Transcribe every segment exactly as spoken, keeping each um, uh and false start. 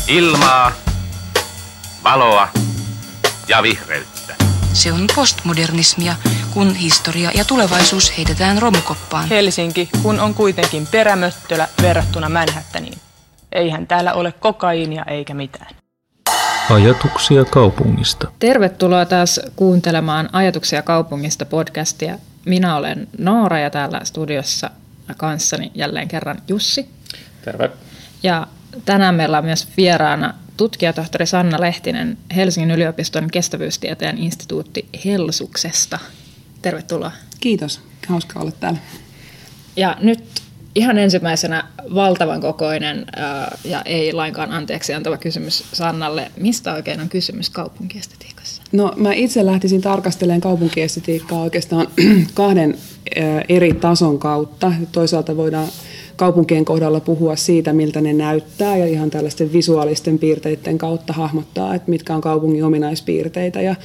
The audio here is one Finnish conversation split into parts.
Ilmaa, valoa ja vihreyttä. Se on postmodernismia, kun historia ja tulevaisuus heitetään romukoppaan. Helsinki, kun on kuitenkin perämöttölä verrattuna Manhattaniin. Eihän täällä ole kokaiinia eikä mitään. Ajatuksia kaupungista. Tervetuloa taas kuuntelemaan Ajatuksia kaupungista podcastia. Minä olen Noora ja täällä studiossa kanssani jälleen kerran Jussi. Terve. Ja tänään meillä on myös vieraana tutkijatohtori Sanna Lehtinen Helsingin yliopiston kestävyystieteen instituutti Helsuksesta. Tervetuloa. Kiitos. Hauska olla täällä. Ja nyt ihan ensimmäisenä valtavan kokoinen ää, ja ei lainkaan anteeksi antava kysymys Sannalle. Mistä oikein on kysymys kaupunkiestetiikassa? No mä itse lähtisin tarkastelemaan kaupunkiestetiikkaa oikeastaan kahden ää, eri tason kautta. Toisaalta voidaan kaupunkien kohdalla puhua siitä, miltä ne näyttää ja ihan tällaisten visuaalisten piirteiden kautta hahmottaa, että mitkä on kaupungin ominaispiirteitä ja,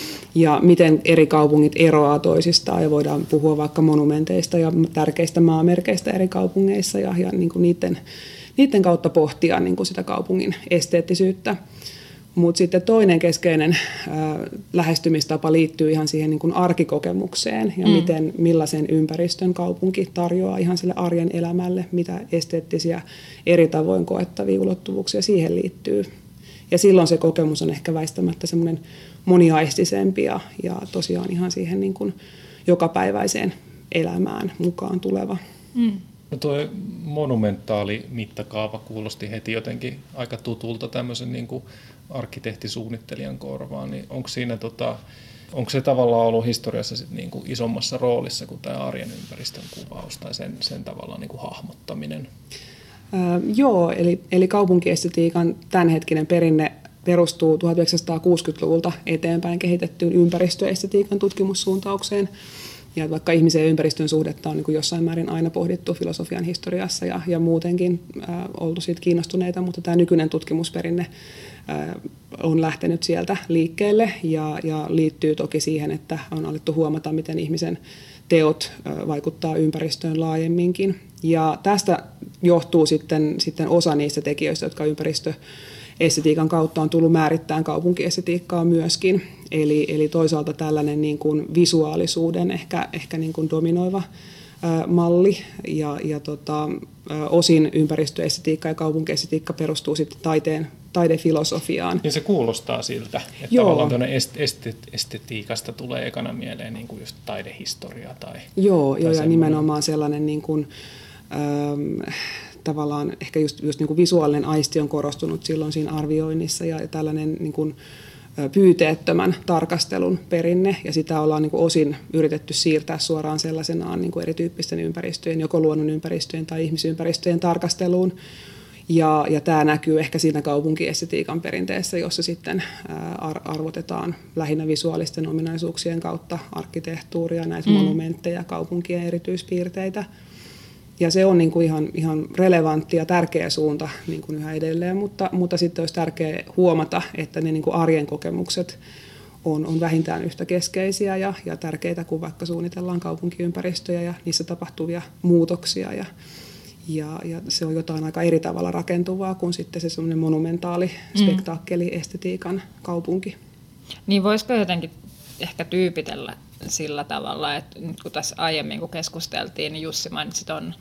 ja miten eri kaupungit eroaa toisistaan. Ja voidaan puhua vaikka monumenteista ja tärkeistä maamerkeistä eri kaupungeissa ja, ja niin kuin niiden, niiden kautta pohtia niin kuin sitä kaupungin esteettisyyttä. Mutta sitten toinen keskeinen ää, lähestymistapa liittyy ihan siihen niin kuin arkikokemukseen ja mm. miten, millaisen ympäristön kaupunki tarjoaa ihan sille arjen elämälle, mitä esteettisiä eri tavoin koettavia ulottuvuuksia siihen liittyy. Ja silloin se kokemus on ehkä väistämättä semmoinen moniaistisempi ja, ja tosiaan ihan siihen niin kuin jokapäiväiseen elämään mukaan tuleva. Mm. No tuo monumentaali mittakaava kuulosti heti jotenkin aika tutulta tämmöisen niin kuin arkkitehtisuunnittelijan korvaan, niin onko siinä tota, onko se tavallaan ollut historiassa sit niin kuin isommassa roolissa kuin tämä arjen ympäristön kuvaus tai sen, sen tavallaan niin kuin hahmottaminen? Ää, joo, eli, eli kaupunkiestetiikan tämänhetkinen perinne perustuu tuhatyhdeksänsataakuusikymmentäluvulta eteenpäin kehitettyyn ympäristöestetiikan tutkimussuuntaukseen. Ja vaikka ihmisen ja ympäristön suhdetta on niin kuin jossain määrin aina pohdittu filosofian historiassa ja, ja muutenkin ää, oltu siitä kiinnostuneita, mutta tämä nykyinen tutkimusperinne ää, on lähtenyt sieltä liikkeelle ja, ja liittyy toki siihen, että on alettu huomata, miten ihmisen teot ää, vaikuttaa ympäristöön laajemminkin. Ja tästä johtuu sitten, sitten osa niistä tekijöistä, jotka ympäristöestetiikan kautta on tullut määrittämään kaupunkiestetiikkaa myöskin. Eli, eli toisaalta tällainen niin kuin visuaalisuuden ehkä, ehkä niin kuin dominoiva ää, malli ja, ja tota, ää, osin ympäristöestetiikka ja kaupunkiestetiikka perustuu sitten taiteen, taidefilosofiaan. Ja se kuulostaa siltä, että Joo. tavallaan tuonne estetiikasta tulee ekana mieleen niin kuin just taidehistoria. Tai, Joo, tai jo, ja nimenomaan sellainen niin kuin, ähm, tavallaan ehkä just, just niin kuin visuaalinen aisti on korostunut silloin siinä arvioinnissa ja tällainen niin kuin pyyteettömän tarkastelun perinne, ja sitä ollaan niin kuin osin yritetty siirtää suoraan sellaisenaan niin kuin erityyppisten ympäristöjen, joko luonnon ympäristöjen tai ihmisympäristöjen tarkasteluun. Ja, ja tämä näkyy ehkä siinä kaupunkiestetiikan perinteessä, jossa sitten arvotetaan lähinnä visuaalisten ominaisuuksien kautta arkkitehtuuria, näitä mm. monumentteja, kaupunkien erityispiirteitä. Ja se on niin kuin ihan, ihan relevantti ja tärkeä suunta niin kuin yhä edelleen, mutta, mutta sitten olisi tärkeää huomata, että ne niin kuin arjen kokemukset on, on vähintään yhtä keskeisiä ja, ja tärkeitä, kun vaikka suunnitellaan kaupunkiympäristöjä ja niissä tapahtuvia muutoksia. Ja, ja, ja se on jotain aika eri tavalla rakentuvaa kuin sitten se semmoinen monumentaali spektaakkeli estetiikan kaupunki. Niin voisiko jotenkin ehkä tyypitellä sillä tavalla, että nyt kun tässä aiemmin kun keskusteltiin, niin Jussi mainitsi tuon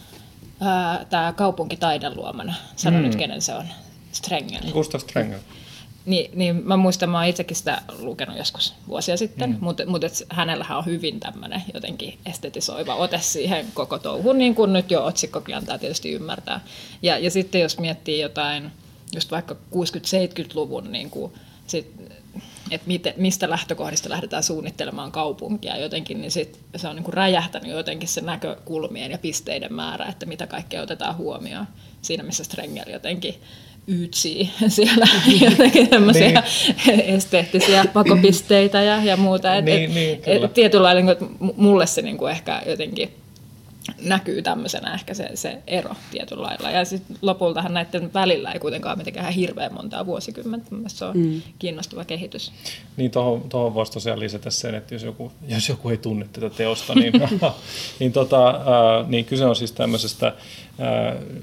tämä kaupunki taiden luomana. Sano mm. nyt, kenen se on. Strengel. Gustav Strengel. Niin, niin mä muistan, mä oon itsekin sitä lukenut joskus vuosia sitten, mm. mutta, mutta hänellähän on hyvin tämmöinen jotenkin estetisoiva ote siihen koko touhuun, niin kuin nyt jo otsikkokin antaa tietysti ymmärtää. Ja, ja sitten jos miettii jotain, just vaikka kuusikymmentä-seitsemänkymmentäluvun, niin kuin sit, että miten, mistä lähtökohdista lähdetään suunnittelemaan kaupunkia jotenkin, niin sit se on niin kuin räjähtänyt jotenkin se näkökulmien ja pisteiden määrä, että mitä kaikkea otetaan huomioon siinä, missä Strengel jotenkin yytsii siellä jotenkin tämmöisiä niin. esteettisiä pakopisteitä ja, ja muuta. Et, niin, niin, et, tietyllä lailla, että mulle se niin kuin ehkä jotenkin näkyy tämmöisenä ehkä se, se ero tietyllä lailla. Ja sitten lopultahan näiden välillä ei kuitenkaan mitenkään hirveän montaa vuosikymmentä. Se on mm. kiinnostava kehitys. Niin tuohon voisi tosiaan lisätä sen, että jos joku, jos joku ei tunne tätä teosta, niin, niin, tota, äh, niin kyse on siis tämmöisestä äh,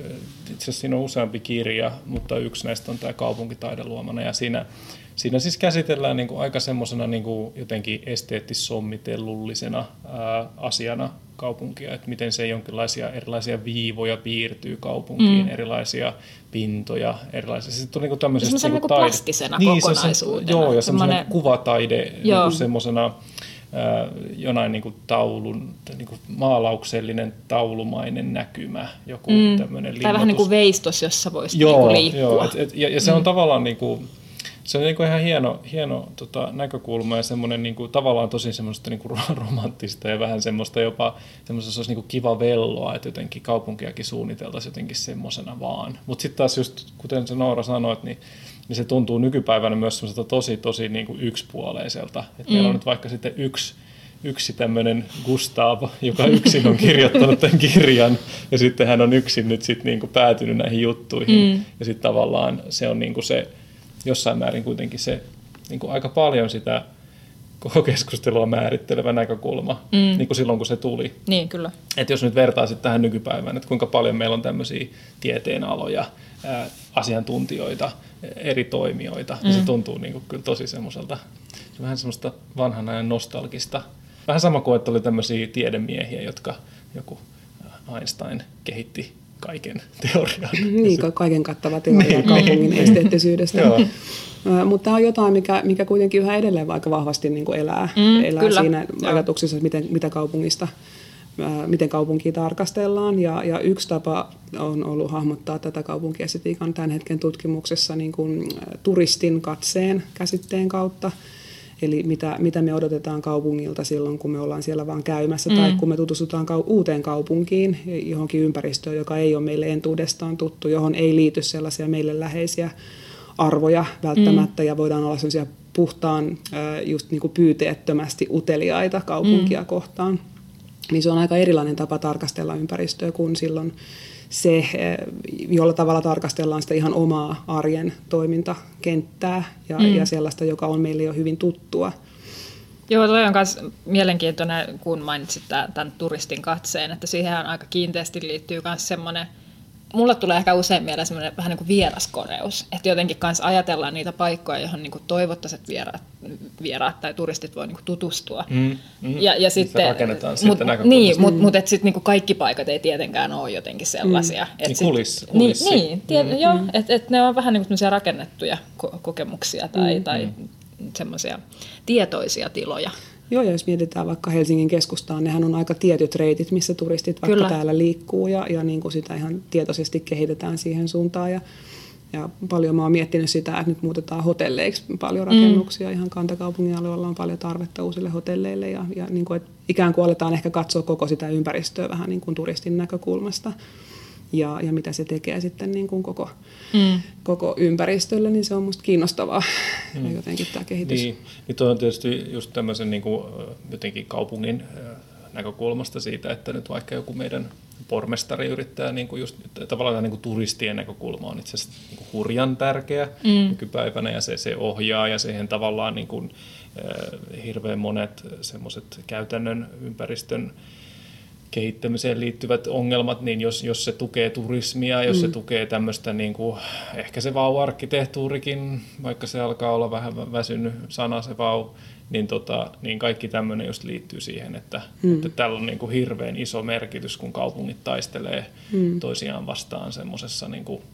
itse asiassa siinä on useampi kirja, mutta yksi näistä on tämä Kaupunkitaideluomana, ja siinä, siinä siis käsitellään niin kuin aika semmoisena niin kuin jotenkin esteettis-sommitellullisena ää, asiana kaupunkia, että miten se jonkinlaisia erilaisia viivoja piirtyy kaupunkiin, mm. erilaisia pintoja, erilaisia. Se on niin tämmöisestä semmoisena niin taide... plastisena niin, kokonaisuutena. Se, joo, ja semmoisena semmoinen... kuvataide niin semmoisena ää, jonain niin kuin taulun, niin kuin maalauksellinen taulumainen näkymä, joku mm. tämmöinen linnoitus. Tai vähän niin kuin veistos, jossa voisi joo, niin liikkua. Joo, et, et, ja, ja se on mm. tavallaan niin kuin, se on niin kuin ihan hieno, hieno tota, näkökulma ja semmoinen niin kuin, tavallaan tosi semmoista niin kuin romanttista ja vähän semmoista jopa semmoista se olisi niin kuin kiva velloa, että jotenkin kaupunkiakin suunniteltaisiin jotenkin semmoisena vaan. Mutta sitten taas just, kuten se Noora sanoi, niin, niin se tuntuu nykypäivänä myös semmoiselta tosi, tosi niin kuin yksipuoleiselta. Et mm. meillä on nyt vaikka sitten yksi, yksi tämmöinen Gustav, joka yksin on kirjoittanut tämän kirjan ja sitten hän on yksin nyt sitten niin kuin päätynyt näihin juttuihin. Mm. Ja sitten tavallaan se on niin kuin se jossain määrin kuitenkin se niin kuin aika paljon sitä koko keskustelua määrittelevä näkökulma, mm. niin kuin silloin kun se tuli. Niin, kyllä. Et jos nyt vertaisit tähän nykypäivään, että kuinka paljon meillä on tämmöisiä tieteenaloja, ää, asiantuntijoita, eri toimijoita, mm. niin se tuntuu niin kuin kyllä tosi semmoiselta, se vähän semmoista vanhan ajan nostalgista. Vähän sama kuin, että oli tämmöisiä tiedemiehiä, jotka joku Einstein kehitti kaiken teorian. Niin, kaiken kattava teoria niin, kaupungin niin, esteettisyydestä. Mutta tämä on jotain, mikä, mikä kuitenkin yhä edelleen aika vahvasti niin kuin elää, mm, elää siinä joo. ajatuksessa, miten, mitä kaupungista, miten kaupunkia tarkastellaan. Ja, ja yksi tapa on ollut hahmottaa tätä kaupunkiestetiikan tämän hetken tutkimuksessa niin kuin turistin katseen käsitteen kautta. Eli mitä, mitä me odotetaan kaupungilta silloin, kun me ollaan siellä vaan käymässä, mm. tai kun me tutustutaan kau- uuteen kaupunkiin, johonkin ympäristöön, joka ei ole meille entuudestaan tuttu, johon ei liity sellaisia meille läheisiä arvoja välttämättä, mm. ja voidaan olla sellaisia puhtaan, just niin kuin pyyteettömästi uteliaita kaupunkia mm. kohtaan. Niin se on aika erilainen tapa tarkastella ympäristöä kuin silloin se, jolla tavalla tarkastellaan sitä ihan omaa arjen toimintakenttää ja, mm. ja sellaista, joka on meille jo hyvin tuttua. Joo, toi on myös mielenkiintoinen, kun mainitsit tämän turistin katseen, että siihen aika kiinteästi liittyy myös semmoinen, mulle tulee ehkä usein mieleen semmoinen vähän niin kuin vieraskoreus, että jotenkin kanssa ajatellaan niitä paikkoja, johon niin kuin toivottaisiin, että vieraat, vieraat tai turistit voi niin kuin tutustua. Mm, mm, ja, ja sitten, rakennetaan mut, sitten niin, mutta mut, sitten niin kaikki paikat ei tietenkään ole jotenkin sellaisia. Mm. Niin kulissi. kulissi. Niin, niin tiet, mm. joo, että et ne on vähän niin kuin rakennettuja ko- kokemuksia tai, mm. tai semmoisia tietoisia tiloja. Joo, ja jos mietitään vaikka Helsingin keskustaan, nehän on aika tietyt reitit, missä turistit vaikka Kyllä. täällä liikkuu, ja, ja niin kuin sitä ihan tietoisesti kehitetään siihen suuntaan. Ja, ja paljon mä oon miettinyt sitä, että nyt muutetaan hotelleiksi paljon rakennuksia. Mm. Ihan kantakaupungin alueella on paljon tarvetta uusille hotelleille, ja, ja niin kuin, että ikään kuin aletaan ehkä katsoa koko sitä ympäristöä vähän niin kuin turistin näkökulmasta. Ja, ja mitä se tekee sitten niin kuin koko, mm. koko ympäristölle, niin se on musta kiinnostavaa mm. jotenkin tämä kehitys. Niin, niin tuo on tietysti just tämmöisen niin kuin, jotenkin kaupungin näkökulmasta siitä, että nyt vaikka joku meidän pormestari yrittää niin kuin just, tavallaan niin kuin turistien näkökulma on itse asiassa niin kuin hurjan tärkeä mm. nykypäivänä ja se, se ohjaa ja siihen tavallaan niin kuin, äh, hirveän monet semmoiset käytännön ympäristön kehittämiseen liittyvät ongelmat, niin jos, jos se tukee turismia, jos mm. se tukee tämmöistä, niin kuin, ehkä se vau-arkkitehtuurikin, vaikka se alkaa olla vähän väsynyt sana se vau, niin, tota, niin kaikki tämmöinen just liittyy siihen, että, mm. että tällä on niin kuin hirveän iso merkitys, kun kaupungit taistelee mm. toisiaan vastaan semmoisessa niin kuin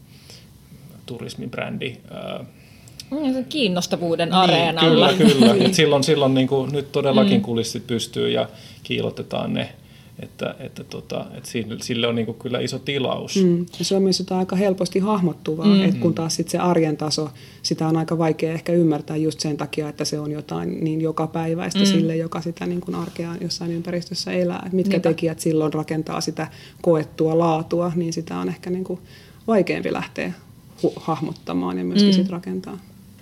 turismibrändi. Ää, kiinnostavuuden niin, areenalla. Kyllä, kyllä. Et silloin silloin niin kuin, nyt todellakin mm. kulissit pystyy ja kiillotetaan ne. Että, että, tota, että sille on niinku kyllä iso tilaus. Mm. Ja se on myös jotain aika helposti hahmottuvaa, mm. että kun taas sit se arjen taso, sitä on aika vaikea ehkä ymmärtää just sen takia, että se on jotain niin jokapäiväistä mm. sille, joka sitä niin kuin arkea jossain ympäristössä elää. Et mitkä Niinpä. tekijät silloin rakentaa sitä koettua laatua, niin sitä on ehkä niin kuin vaikeampi lähteä hu- hahmottamaan ja myöskin mm. sit rakentaa.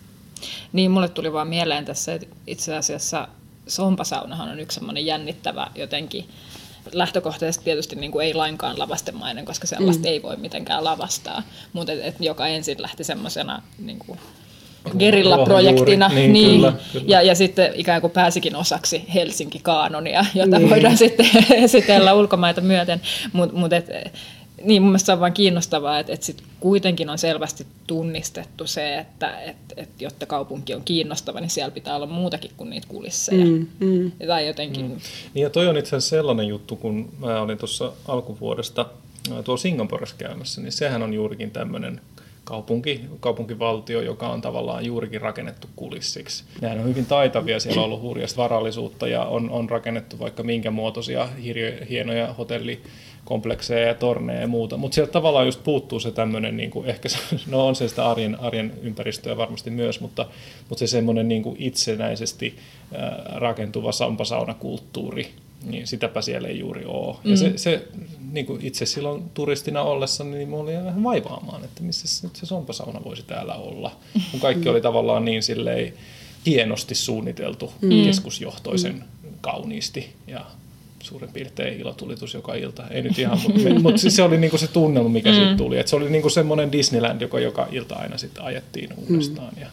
Niin, mulle tuli vaan mieleen tässä, että itse asiassa sompasaunahan on yksi semmoinen jännittävä jotenkin, lähtökohtaisesti tietysti niin kuin ei lainkaan lavastemainen, koska sellaista mm. ei voi mitenkään lavastaa, mutta et, et joka ensin lähti semmoisena niin kuin gerillaprojektina, niin, niin, kyllä, kyllä. Ja, ja sitten ikään kuin pääsikin osaksi Helsinki-kaanonia, jota niin. voidaan sitten esitellä ulkomaita myöten, mutta mut niin mun mielestä se on vaan kiinnostavaa, että, että sit kuitenkin on selvästi tunnistettu se, että, että, että jotta kaupunki on kiinnostava, niin siellä pitää olla muutakin kuin niitä kulisseja. Mm, mm. Tai jotenkin... Mm. Niin ja toi on itse asiassa sellainen juttu, kun mä olin tuossa alkuvuodesta tuolla Singaporessa käymässä, niin sehän on juurikin tämmöinen kaupunki, kaupunkivaltio, joka on tavallaan juurikin rakennettu kulissiksi. Nehän on hyvin taitavia, siellä on ollut hurjasta varallisuutta ja on, on rakennettu vaikka minkä muotoisia hirjo, hienoja hotellikomplekseja ja torneja ja muuta, mutta sieltä tavallaan just puuttuu se tämmöinen, niin kuin ehkä no on se sitä arjen, arjen ympäristöä varmasti myös, mutta, mutta se semmoinen niin kuin itsenäisesti äh, rakentuva sampasaunakulttuuri, niin sitäpä siellä ei juuri ole. Mm. Ja se, se niin kuin itse silloin turistina ollessa, niin mulla oli vähän vaivaamaan, että missä nyt se sompasauna voisi täällä olla. Kun kaikki oli tavallaan niin silleen hienosti suunniteltu, mm. keskusjohtoisen mm. kauniisti ja suurin piirtein ilotulitus joka ilta. Ei nyt ihan, mutta, mutta siis se oli niin kuin se tunnelma, mikä mm. siitä tuli. Että se oli niin kuin semmoinen Disneyland, joka joka ilta aina sitten ajettiin uudestaan. Mm. Ja...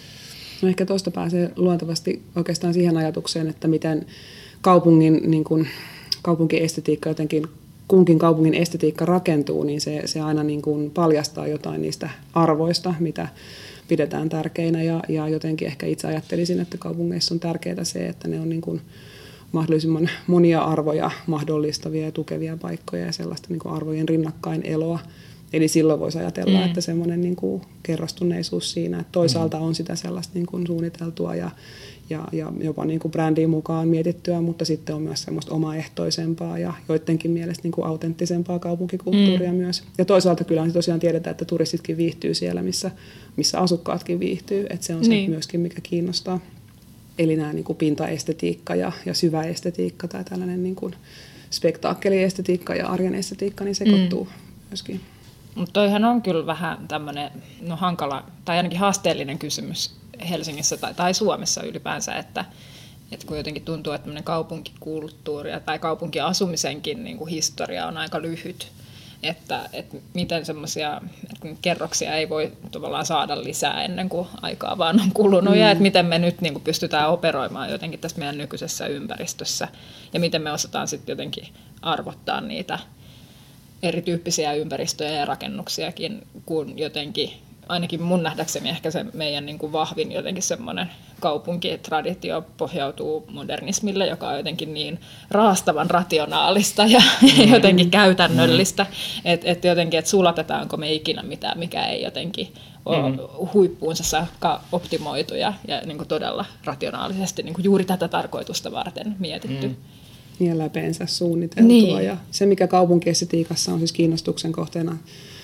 No ehkä tuosta pääsee luontevasti oikeastaan siihen ajatukseen, että miten kaupungin niin kuin, kaupunkiestetiikka jotenkin, kunkin kaupungin estetiikka rakentuu, niin se, se aina niin kuin paljastaa jotain niistä arvoista, mitä pidetään tärkeinä. Ja, ja jotenkin ehkä itse ajattelisin, että kaupungeissa on tärkeää se, että ne on niin kuin mahdollisimman monia arvoja mahdollistavia ja tukevia paikkoja ja sellaista niin kuin arvojen rinnakkain eloa. Eli silloin voisi ajatella, mm. että semmoinen niin kuin kerrastuneisuus siinä, että toisaalta on sitä sellaista niin kuin suunniteltua ja Ja, ja jopa niin kuin brändiin mukaan mietittyä, mutta sitten on myös semmoista omaehtoisempaa ja joidenkin mielestä niin kuin autenttisempaa kaupunkikulttuuria mm. myös. Ja toisaalta kyllä tosiaan tiedetään, että turistitkin viihtyy siellä, missä, missä asukkaatkin viihtyy, että se on niin. se myöskin, mikä kiinnostaa. Eli nämä niin kuin pintaestetiikka ja, ja syvä estetiikka tai tällainen niin kuin spektaakeliestetiikka ja arjen estetiikka, niin sekoittuu mm. myöskin. Mutta toihan on kyllä vähän tämmöinen no hankala tai ainakin haasteellinen kysymys Helsingissä tai, tai Suomessa ylipäänsä, että, että kun jotenkin tuntuu, että kaupunkikulttuuri tai kaupunkiasumisenkin niin kuin historia on aika lyhyt, että, että miten semmoisia kerroksia ei voi tavallaan saada lisää ennen kuin aikaa vaan on kulunut mm. ja että miten me nyt niin kuin pystytään operoimaan jotenkin tässä meidän nykyisessä ympäristössä ja miten me osataan sitten jotenkin arvottaa niitä erityyppisiä ympäristöjä ja rakennuksiakin, kun jotenkin ainakin mun nähdäkseni ehkä se meidän niin kuin vahvin jotenkin semmoinen kaupunkitraditio pohjautuu modernismille, joka on jotenkin niin raastavan rationaalista ja mm. jotenkin käytännöllistä, mm. että et jotenkin, että sulatetaanko me ikinä mitään, mikä ei jotenkin ole mm. huippuunsa saakka optimoitu ja, ja niin kuin todella rationaalisesti niin kuin juuri tätä tarkoitusta varten mietitty. Mm. Ja läpeensä suunniteltua. Niin. Ja se, mikä kaupunkiestetiikassa on siis kiinnostuksen kohteena,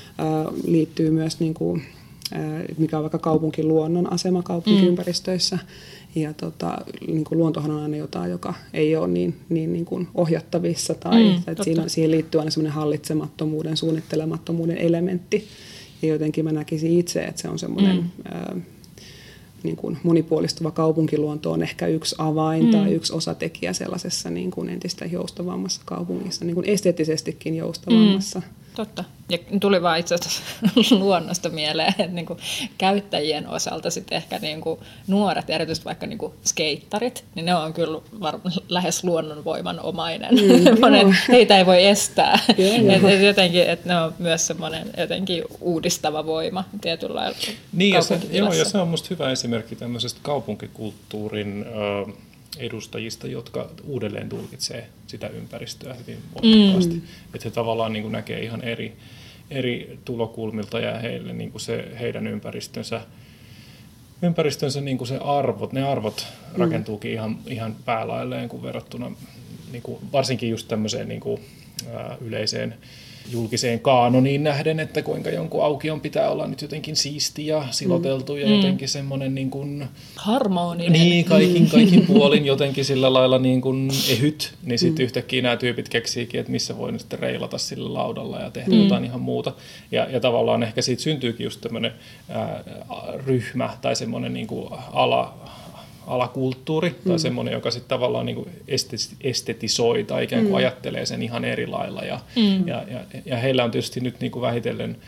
liittyy myös niin kuin mikä on vaikka kaupunkiluonnon asema kaupunkiympäristöissä. Mm. Ja tota, niin kuin luontohan on aina jotain, joka ei ole niin, niin, niin kuin ohjattavissa. Tai, mm, että siinä, siihen liittyy aina semmoinen hallitsemattomuuden, suunnittelemattomuuden elementti. Ja jotenkin mä näkisin itse, että se on semmoinen mm. ää, niin kuin monipuolistuva kaupunkiluonto on ehkä yksi avain mm. tai yksi osatekijä sellaisessa niin kuin entistä joustavammassa kaupungissa, niin kuin esteettisestikin joustavammassa. Mm. Totta. Ja tuli vaan itse asiassa luonnosta mieleen, että niin kuin käyttäjien osalta sitten ehkä niin kuin nuoret, erityisesti vaikka niin kuin skeittarit, niin ne on kyllä var- lähes luonnonvoimanomainen. Mm, heitä ei voi estää. et, et jotenkin, että ne on myös semmoinen jotenkin uudistava voima tietyllä lailla niin, ja se, joo, ja se on musta hyvä esimerkki tämmöisestä kaupunkikulttuurin ö, edustajista, jotka uudelleen tulkitsee sitä ympäristöä hyvin voimakkaasti. Mm. Että he tavallaan niin kuin näkee ihan eri, eri tulokulmilta ja heille niin kuin se, heidän ympäristönsä, ympäristönsä niin kuin se arvot, ne arvot mm. rakentuukin ihan, ihan päälailleen kuin verrattuna niin kuin varsinkin just tämmöiseen niin kuin, ää, yleiseen julkiseen kaanoniin nähden, että kuinka jonkun aukion pitää olla nyt jotenkin siisti ja siloteltu ja mm. jotenkin semmoinen niin kuin harmoninen. Niin, kaikin, kaikin puolin jotenkin sillä lailla niin kuin ehyt, niin sitten mm. yhtäkkiä nämä tyypit keksiikin, että missä voi nyt sitten reilata sillä laudalla ja tehdä mm. jotain ihan muuta. Ja, ja tavallaan ehkä siitä syntyykin just tämmöinen ää, ryhmä tai semmoinen niin kuin ala, alakulttuuri tai mm. semmoinen, joka sitten tavallaan niin kuin estetisoi tai ikään kuin mm. ajattelee sen ihan eri lailla. Ja, mm. ja, ja, ja heillä on tietysti nyt niin kuin vähitellen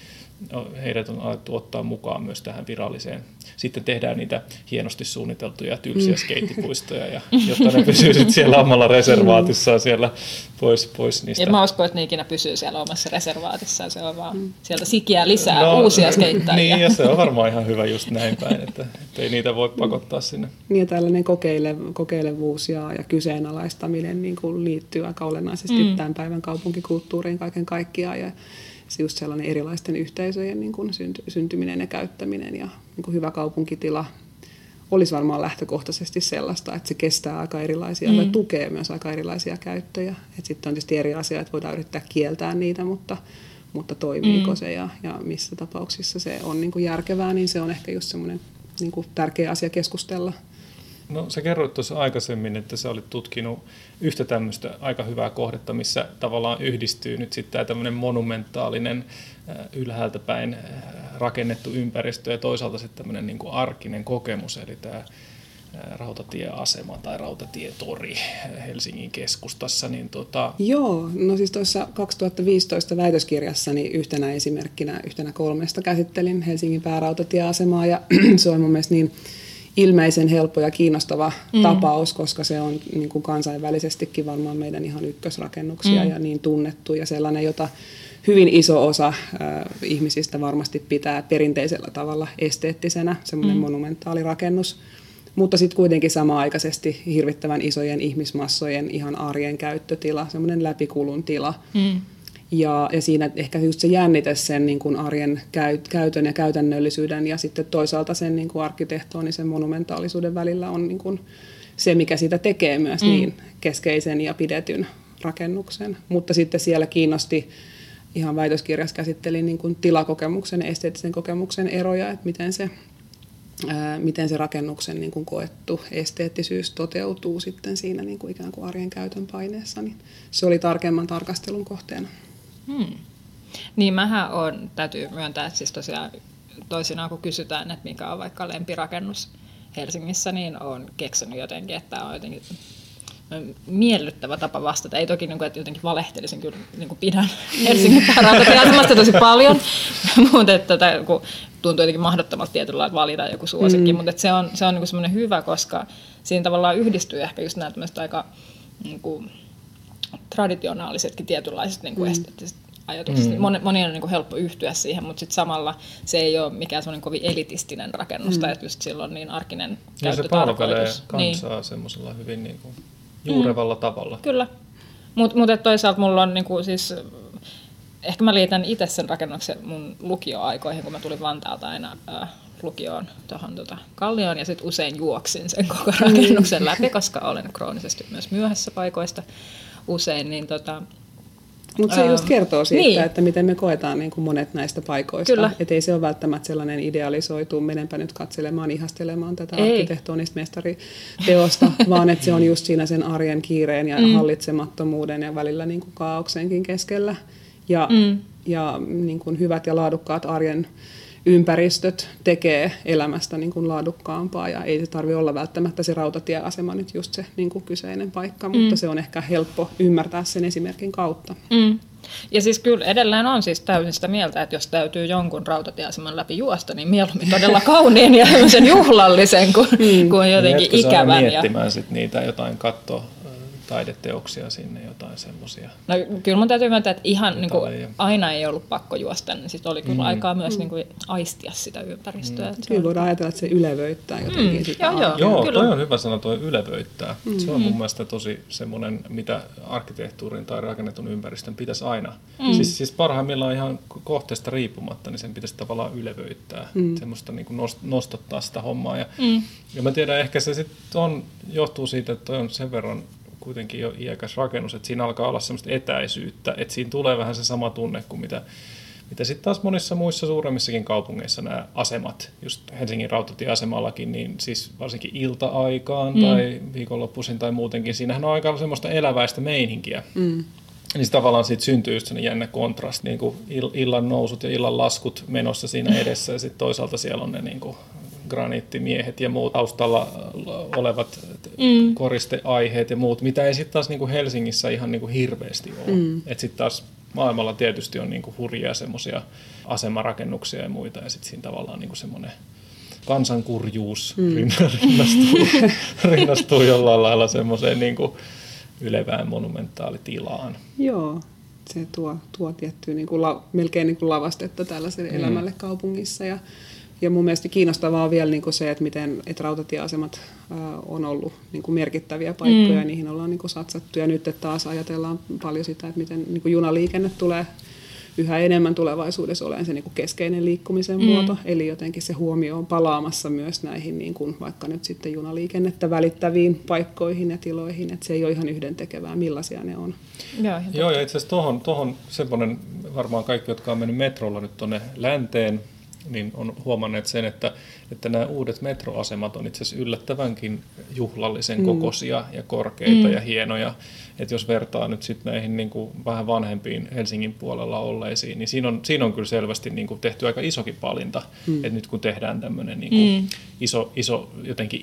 heidät on alettu ottaa mukaan myös tähän viralliseen. Sitten tehdään niitä hienosti suunniteltuja tylsiä skeittipuistoja, ja, jotta ne pysyy sitten siellä omalla reservaatissaan siellä pois, pois niistä. En mä usko, että ne ikinä pysyy siellä omassa reservaatissaan, se on vaan mm. sieltä sikiää lisää no, uusia skeittaajia. Niin, ja se on varmaan ihan hyvä just näin päin, että, että ei niitä voi pakottaa sinne. Niin, ja tällainen kokeile, kokeilevuus ja, ja kyseenalaistaminen niin kuin liittyy aika olennaisesti mm. tämän päivän kaupunkikulttuuriin kaiken kaikkiaan, ja se just sellainen erilaisten yhteisöjen niin kuin synty, syntyminen ja käyttäminen ja niin kuin hyvä kaupunkitila olisi varmaan lähtökohtaisesti sellaista, että se kestää aika erilaisia mm. tai tukee myös aika erilaisia käyttöjä. Et sitten on tietysti eri asia, että voidaan yrittää kieltää niitä, mutta, mutta toimiiko mm. se ja, ja missä tapauksissa se on niin kuin järkevää, niin se on ehkä just semmoinen niin kuin tärkeä asia keskustella. No sä kerroit tuossa aikaisemmin, että sä olit tutkinut yhtä tämmöistä aika hyvää kohdetta, missä tavallaan yhdistyy nyt sitten tämä tämmöinen monumentaalinen ylhäältä päin rakennettu ympäristö ja toisaalta sitten tämmöinen niin kuin arkinen kokemus, eli tämä rautatieasema tai rautatietori Helsingin keskustassa. Niin tota... Joo, no siis tuossa kaksituhattaviisitoista väitöskirjassani yhtenä esimerkkinä, yhtenä kolmesta käsittelin Helsingin päärautatieasemaa ja se on mun mielestä niin ilmeisen helppo ja kiinnostava mm. tapaus, koska se on niin kuin kansainvälisestikin varmaan meidän ihan ykkösrakennuksia mm. ja niin tunnettu ja sellainen, jota hyvin iso osa äh, ihmisistä varmasti pitää perinteisellä tavalla esteettisenä, semmoinen mm. monumentaali rakennus, mutta sitten kuitenkin samaaikaisesti hirvittävän isojen ihmismassojen ihan arjen käyttötila, semmoinen läpikulun tila. Mm. Ja, ja siinä ehkä just se jännite sen niin kuin arjen käy, käytön ja käytännöllisyyden ja sitten toisaalta sen niin kuin arkkitehtonisen monumentaalisuuden välillä on niin kuin se, mikä siitä tekee myös mm. niin keskeisen ja pidetyn rakennuksen. Mutta sitten siellä kiinnosti, ihan väitöskirjassa käsittelin niin kuin tilakokemuksen ja esteettisen kokemuksen eroja, että miten se, ää, miten se rakennuksen niin kuin koettu esteettisyys toteutuu sitten siinä niin kuin ikään kuin arjen käytön paineessa. Niin se oli tarkemman tarkastelun kohteena. Hmm. Niin mähän on, täytyy myöntää, että siis tosiaan toisinaan kun kysytään, että mikä on vaikka lempirakennus Helsingissä, niin olen keksinyt jotenkin, että on jotenkin miellyttävä tapa vastata. Ei toki, että jotenkin valehtelisin, kyllä niin kuin pidän Helsingin päärautatieasemasta tosi paljon, mutta että, kun tuntuu jotenkin mahdottomalta tietyllä lailla valita joku suosikki, mm. mutta se on, se on niin semmoinen hyvä, koska siinä tavallaan yhdistyy ehkä just nämä tämmöiset aika niin kuin traditionaalisetkin tietynlaiset niin kuin mm. esteettiset ajatukset. Mm. Monien on niin kuin helppo yhtyä siihen, mutta sitten samalla se ei ole mikään semmoinen kovin elitistinen rakennus, mm. että just silloin niin arkinen käyttötarkoitus. Se palvelee kansaa niin. semmoisella hyvin niin kuin juurevalla mm. tavalla. Kyllä, mutta mut toisaalta mulla on niin kuin siis, ehkä mä liitän itse sen rakennuksen mun lukioaikoihin, kun mä tulin Vantaalta aina äh, lukioon tuohon tota, Kallioon ja sitten usein juoksin sen koko rakennuksen läpi, koska olen kroonisesti myös myöhässä paikoista usein, niin tota, mutta se just kertoo siitä, niin. että miten me koetaan niin kuin monet näistä paikoista. Että ei se ole välttämättä sellainen idealisoitu, menenpä nyt katselemaan, ihastelemaan tätä ei. arkkitehtonista mestariteosta, vaan että se on just siinä sen arjen kiireen ja mm. hallitsemattomuuden ja välillä niin kuin kaaoksenkin keskellä. Ja, mm. ja niin kuin hyvät ja laadukkaat arjen ympäristöt tekee elämästä niin kuin laadukkaampaa ja ei se tarvitse olla välttämättä se rautatieasema nyt just se niin kuin kyseinen paikka, mm. mutta se on ehkä helppo ymmärtää sen esimerkin kautta. Mm. Ja siis kyllä edelleen on siis täysin sitä mieltä, että jos täytyy jonkun rautatieaseman läpi juosta, niin mieluummin todella kauniin ja sen juhlallisen kuin, mm. kuin jotenkin niin, ikävän. Miettimään ja sit niitä jotain katto taideteoksia sinne, jotain semmoisia. No kyllä mun täytyy myöntää, että ihan niin kuin, aina ei ollut pakko juosta, niin sitten oli kyllä mm. aikaa myös mm. niin kuin, aistia sitä ympäristöä. Mm. Kyllä voidaan ajatella, että se ylevöittää jotenkin mm. sitä. Joo, joo, joo toi on hyvä sana, toi ylevöittää. Mm. Se on mun mielestä tosi semmoinen, mitä arkkitehtuurin tai rakennetun ympäristön pitäisi aina. Mm. Siis, siis parhaimmillaan ihan kohteesta riippumatta, niin sen pitäisi tavallaan ylevöittää. Mm. Semmoista niin kuin nostattaa sitä hommaa. Ja, mm. ja mä tiedän, ehkä se sitten on, johtuu siitä, että toi on sen verran kuitenkin jo iäkäs rakennus, että siinä alkaa olla semmoista etäisyyttä, että siinä tulee vähän se sama tunne kuin mitä, mitä sitten taas monissa muissa suuremmissakin kaupungeissa nämä asemat, just Helsingin rautatieasemallakin, niin siis varsinkin ilta-aikaan mm. tai viikonloppuisin tai muutenkin, siinähän on aika semmoista eläväistä meininkiä. Mm. Niin tavallaan siitä syntyy just sellainen jännä kontrasti, niin kuin illan nousut ja illan laskut menossa siinä edessä ja sitten toisaalta siellä on ne niin kuin graniittimiehet ja muut taustalla olevat mm. koristeaiheet ja muut, mitä ei sitten taas niinku Helsingissä ihan niinku hirveästi ole. Mm. Että sitten taas maailmalla tietysti on niin kuin hurjia semmoisia asemarakennuksia ja muita, ja sitten siinä tavallaan niin kuin semmoinen kansankurjuus mm. rinnastuu, rinnastuu jollain lailla semmoiseen niin kuin ylevään monumentaalitilaan. Joo, se tuo, tuo tiettyä niin kuin la, melkein niin kuin lavastetta tällaiselle mm. elämälle kaupungissa. Ja, ja mun mielestä kiinnostavaa on vielä niin kuin se, että miten että rautatieasemat ää, on ollut niin kuin merkittäviä paikkoja, mm. ja niihin ollaan niin kuin satsattu. Ja nyt taas ajatellaan paljon sitä, että miten niin kuin junaliikenne tulee yhä enemmän tulevaisuudessa olemaan se niin kuin keskeinen liikkumisen mm. muoto, eli jotenkin se huomio on palaamassa myös näihin niin kuin vaikka nyt sitten junaliikennettä välittäviin paikkoihin ja tiloihin, että se ei ole ihan yhdentekevää, millaisia ne on. Joo, Joo ja itse asiassa tuohon, tuohon semmoinen, varmaan kaikki, jotka on mennyt metrolla nyt tuonne länteen, niin on huomanneet sen, että, että nämä uudet metroasemat on itse asiassa yllättävänkin juhlallisen mm. kokoisia ja korkeita mm. ja hienoja. Että jos vertaa nyt sitten näihin niin kuin vähän vanhempiin Helsingin puolella olleisiin, niin siinä on, siinä on kyllä selvästi niin kuin tehty aika isokin palinta. Mm. Että nyt kun tehdään tämmöinen niin kuin mm. iso, iso jotenkin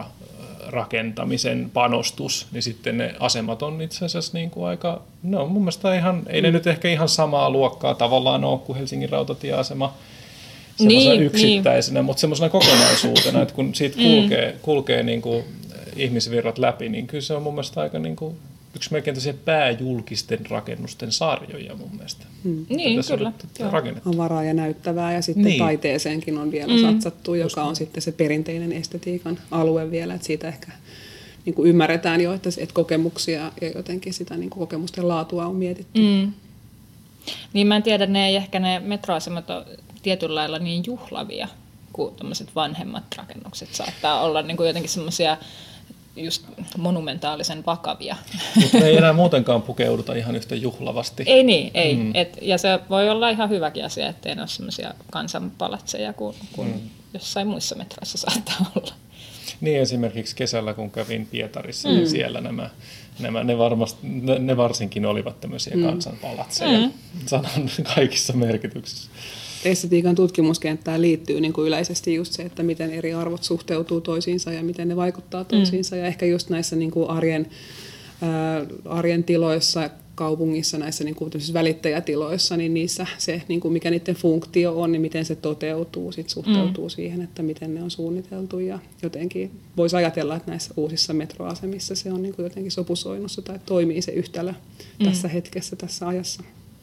infrarakentamisen panostus, niin sitten ne asemat on itse asiassa niin kuin aika, no mun mielestä ihan, ei ne mm. nyt ehkä ihan samaa luokkaa tavallaan ole kuin Helsingin rautatieasema semmoisena niin, yksittäisenä, niin. mutta semmoisena kokonaisuutena, että kun siitä kulkee, mm. kulkee niin kuin ihmisvirrat läpi, niin kyllä se on mun mielestä aika niin kuin yksi melkein pääjulkisten rakennusten sarjoja mun mielestä. Mm. Niin, kyllä. On varaa ja näyttävää, ja sitten niin. taiteeseenkin on vielä mm. satsattu, joka Just on niin. sitten se perinteinen estetiikan alue vielä, että siitä ehkä niin kuin ymmärretään jo, että, että kokemuksia ja jotenkin sitä niin kuin kokemusten laatua on mietitty. Mm. Niin mä en tiedä, ne ei ehkä ne metroasemat on tietyllä lailla niin juhlavia kuin tämmöiset vanhemmat rakennukset saattaa olla niin kuin jotenkin semmoisia just monumentaalisen vakavia. Mutta ei enää muutenkaan pukeuduta ihan yhtä juhlavasti. Ei niin, ei. Mm. Et, ja se voi olla ihan hyväkin asia, ettei ne ole semmoisia kansanpalatseja kuin, kuin mm. jossain muissa metroissa saattaa olla. Niin esimerkiksi kesällä, kun kävin Pietarissa, mm. niin siellä nämä, nämä ne, varmasti, ne, ne varsinkin olivat tämmöisiä mm. kansanpalatseja mm. sanan kaikissa merkityksissä. Estetiikan tutkimuskenttään liittyy niin kuin yleisesti just se, että miten eri arvot suhteutuu toisiinsa ja miten ne vaikuttaa toisiinsa. Mm. Ja ehkä just näissä niin kuin arjen, ää, arjen tiloissa, kaupungissa, näissä niin kuin välittäjätiloissa, niin niissä se, niin kuin mikä niiden funktio on, niin miten se toteutuu, sit suhteutuu mm. siihen, että miten ne on suunniteltu. Ja jotenkin voisi ajatella, että näissä uusissa metroasemissa se on niin kuin jotenkin sopusoinnussa tai toimii se yhtälö mm. tässä hetkessä, tässä ajassa.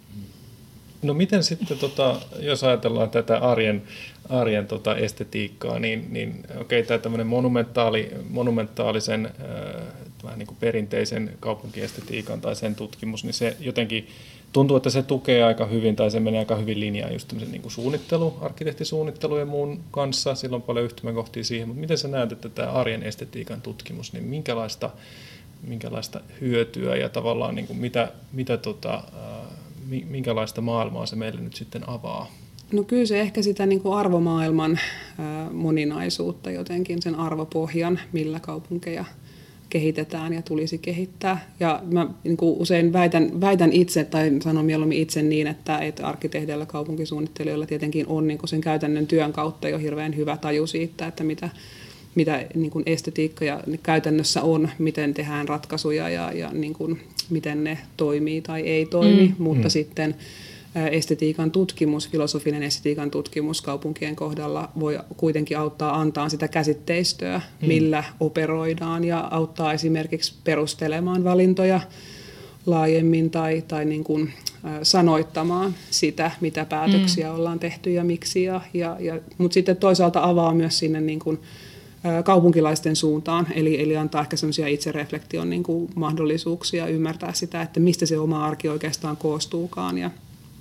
No miten sitten, tota, jos ajatellaan tätä arjen, arjen tota estetiikkaa, niin, niin okei, tämä tämmöinen monumentaali, monumentaalisen, äh, vähän niin kuin perinteisen kaupunkiestetiikan tai sen tutkimus, niin se jotenkin tuntuu, että se tukee aika hyvin tai se menee aika hyvin linjaan just tämmöisen niin kuin suunnittelu, arkkitehtisuunnittelu ja muun kanssa, sillä on paljon yhtymäkohtia siihen, mutta miten sä näet, että tämä arjen estetiikan tutkimus, niin minkälaista, minkälaista hyötyä ja tavallaan niin kuin mitä, mitä tota, äh, minkälaista maailmaa se meille nyt sitten avaa? No kyllä se ehkä sitä niin kuin arvomaailman ää, moninaisuutta jotenkin, sen arvopohjan, millä kaupunkeja kehitetään ja tulisi kehittää. Ja mä niin kuin usein väitän, väitän itse, tai sanon mieluummin itse niin, että, että arkkitehdeillä, kaupunkisuunnittelijoilla tietenkin on niin kuin sen käytännön työn kautta jo hirveän hyvä taju siitä, että mitä, mitä niin kuin estetiikka ja käytännössä on, miten tehdään ratkaisuja ja, ja niin kuin, miten ne toimii tai ei toimi, mm. mutta mm. sitten estetiikan tutkimus, filosofinen estetiikan tutkimus kaupunkien kohdalla voi kuitenkin auttaa antaa sitä käsitteistöä, mm. millä operoidaan ja auttaa esimerkiksi perustelemaan valintoja laajemmin tai, tai niin kuin, äh, sanoittamaan sitä, mitä päätöksiä mm. ollaan tehty ja miksi. Ja, ja, ja, mutta sitten toisaalta avaa myös sinne niin kuin, kaupunkilaisten suuntaan, eli, eli antaa ehkä sellaisia itsereflektion niin kuin mahdollisuuksia ymmärtää sitä, että mistä se oma arki oikeastaan koostuukaan. Ja,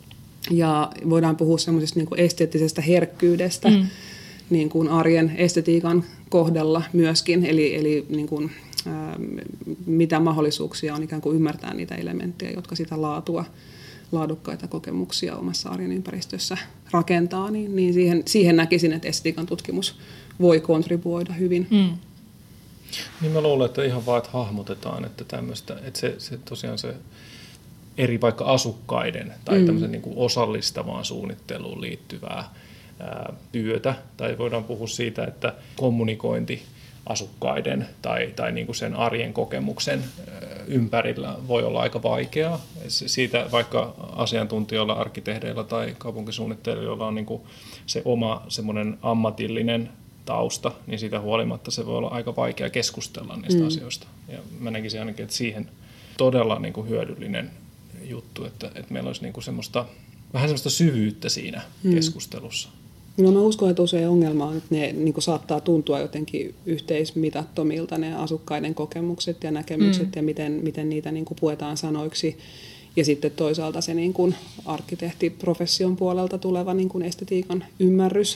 ja voidaan puhua semmoisesta niin kuin esteettisestä herkkyydestä mm. niin kuin arjen estetiikan kohdalla myöskin, eli, eli niin kuin, ää, mitä mahdollisuuksia on ikään kuin ymmärtää niitä elementtejä, jotka sitä laatua, laadukkaita kokemuksia omassa arjen ympäristössä rakentaa, niin, niin siihen, siihen näkisin, että estetiikan tutkimus voi kontribuoida hyvin. Mm. Niin mä luulen, että ihan vaan, että hahmotetaan, että tämmöistä, että se, se tosiaan se eri vaikka asukkaiden tai mm. tämmöisen niin kuin osallistavaan suunnitteluun liittyvää ää, työtä, tai voidaan puhua siitä, että kommunikointi asukkaiden tai, tai niin kuin sen arjen kokemuksen ympärillä voi olla aika vaikeaa. Siitä vaikka asiantuntijoilla, arkkitehdeillä tai kaupunkisuunnittelijoilla on niin kuin se oma semmoinen ammatillinen tausta, niin siitä huolimatta se voi olla aika vaikea keskustella niistä mm. asioista. Ja mä näkisin ainakin, että siihen todella niin kuin hyödyllinen juttu, että, että meillä olisi niin kuin semmoista, vähän semmoista syvyyttä siinä mm. keskustelussa. No mä uskon, että usein ongelma on, että ne niin kuin saattaa tuntua jotenkin yhteismitattomilta ne asukkaiden kokemukset ja näkemykset mm. ja miten, miten niitä niin kuin puetaan sanoiksi. Ja sitten toisaalta se niin kuin arkkitehtiprofession puolelta tuleva niin kuin estetiikan ymmärrys.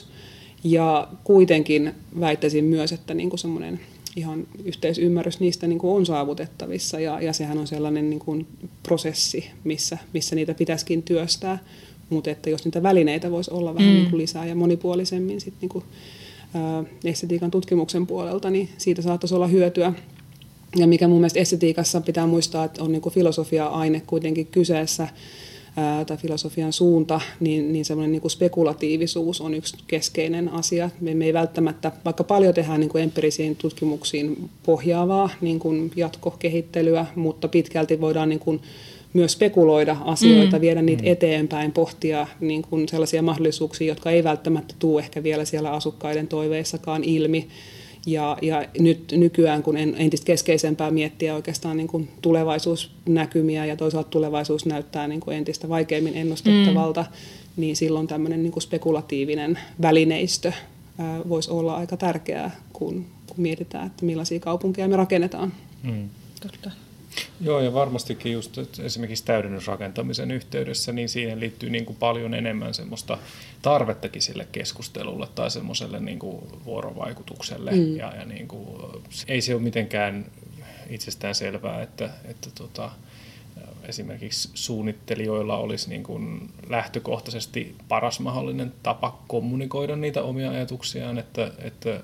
Ja kuitenkin väittäisin myös, että niin kuin semmoinen ihan yhteisymmärrys niistä niin kuin on saavutettavissa. Ja, ja sehän on sellainen niin kuin prosessi, missä, missä niitä pitäisikin työstää. Mutta että jos niitä välineitä voisi olla vähän mm. niin kuin lisää ja monipuolisemmin sit niin kuin, ää, estetiikan tutkimuksen puolelta, niin siitä saattaisi olla hyötyä. Ja mikä mun mielestä estetiikassa pitää muistaa, että on niin kuin filosofia-aine kuitenkin kyseessä, ää, tai filosofian suunta, niin, niin semmoinen niin kuin spekulatiivisuus on yksi keskeinen asia. Me, me ei välttämättä, vaikka paljon tehdään niin kuin empiirisiin tutkimuksiin pohjaavaa niin kuin jatkokehittelyä, mutta pitkälti voidaan niin kuin myös spekuloida asioita, mm. viedä niitä eteenpäin, pohtia niin kuin sellaisia mahdollisuuksia, jotka ei välttämättä tule ehkä vielä siellä asukkaiden toiveissakaan ilmi. Ja, ja nyt nykyään, kun entistä keskeisempää miettiä oikeastaan niin kuin tulevaisuusnäkymiä ja toisaalta tulevaisuus näyttää niin kuin entistä vaikeammin ennustettavalta, mm. niin silloin tämmöinen niin kuin spekulatiivinen välineistö ää, voisi olla aika tärkeää, kun, kun mietitään, että millaisia kaupunkeja me rakennetaan. Mm. Totta. Joo, ja varmastikin just esimerkiksi täydennysrakentamisen yhteydessä, niin siihen liittyy niin kuin paljon enemmän semmoista tarvettakin sille keskustelulle tai semmoiselle niin kuin vuorovaikutukselle. Mm. Ja, ja niin kuin, ei se ole mitenkään itsestään selvää, että, että tota, esimerkiksi suunnittelijoilla olisi niin kuin lähtökohtaisesti paras mahdollinen tapa kommunikoida niitä omia ajatuksiaan, että, että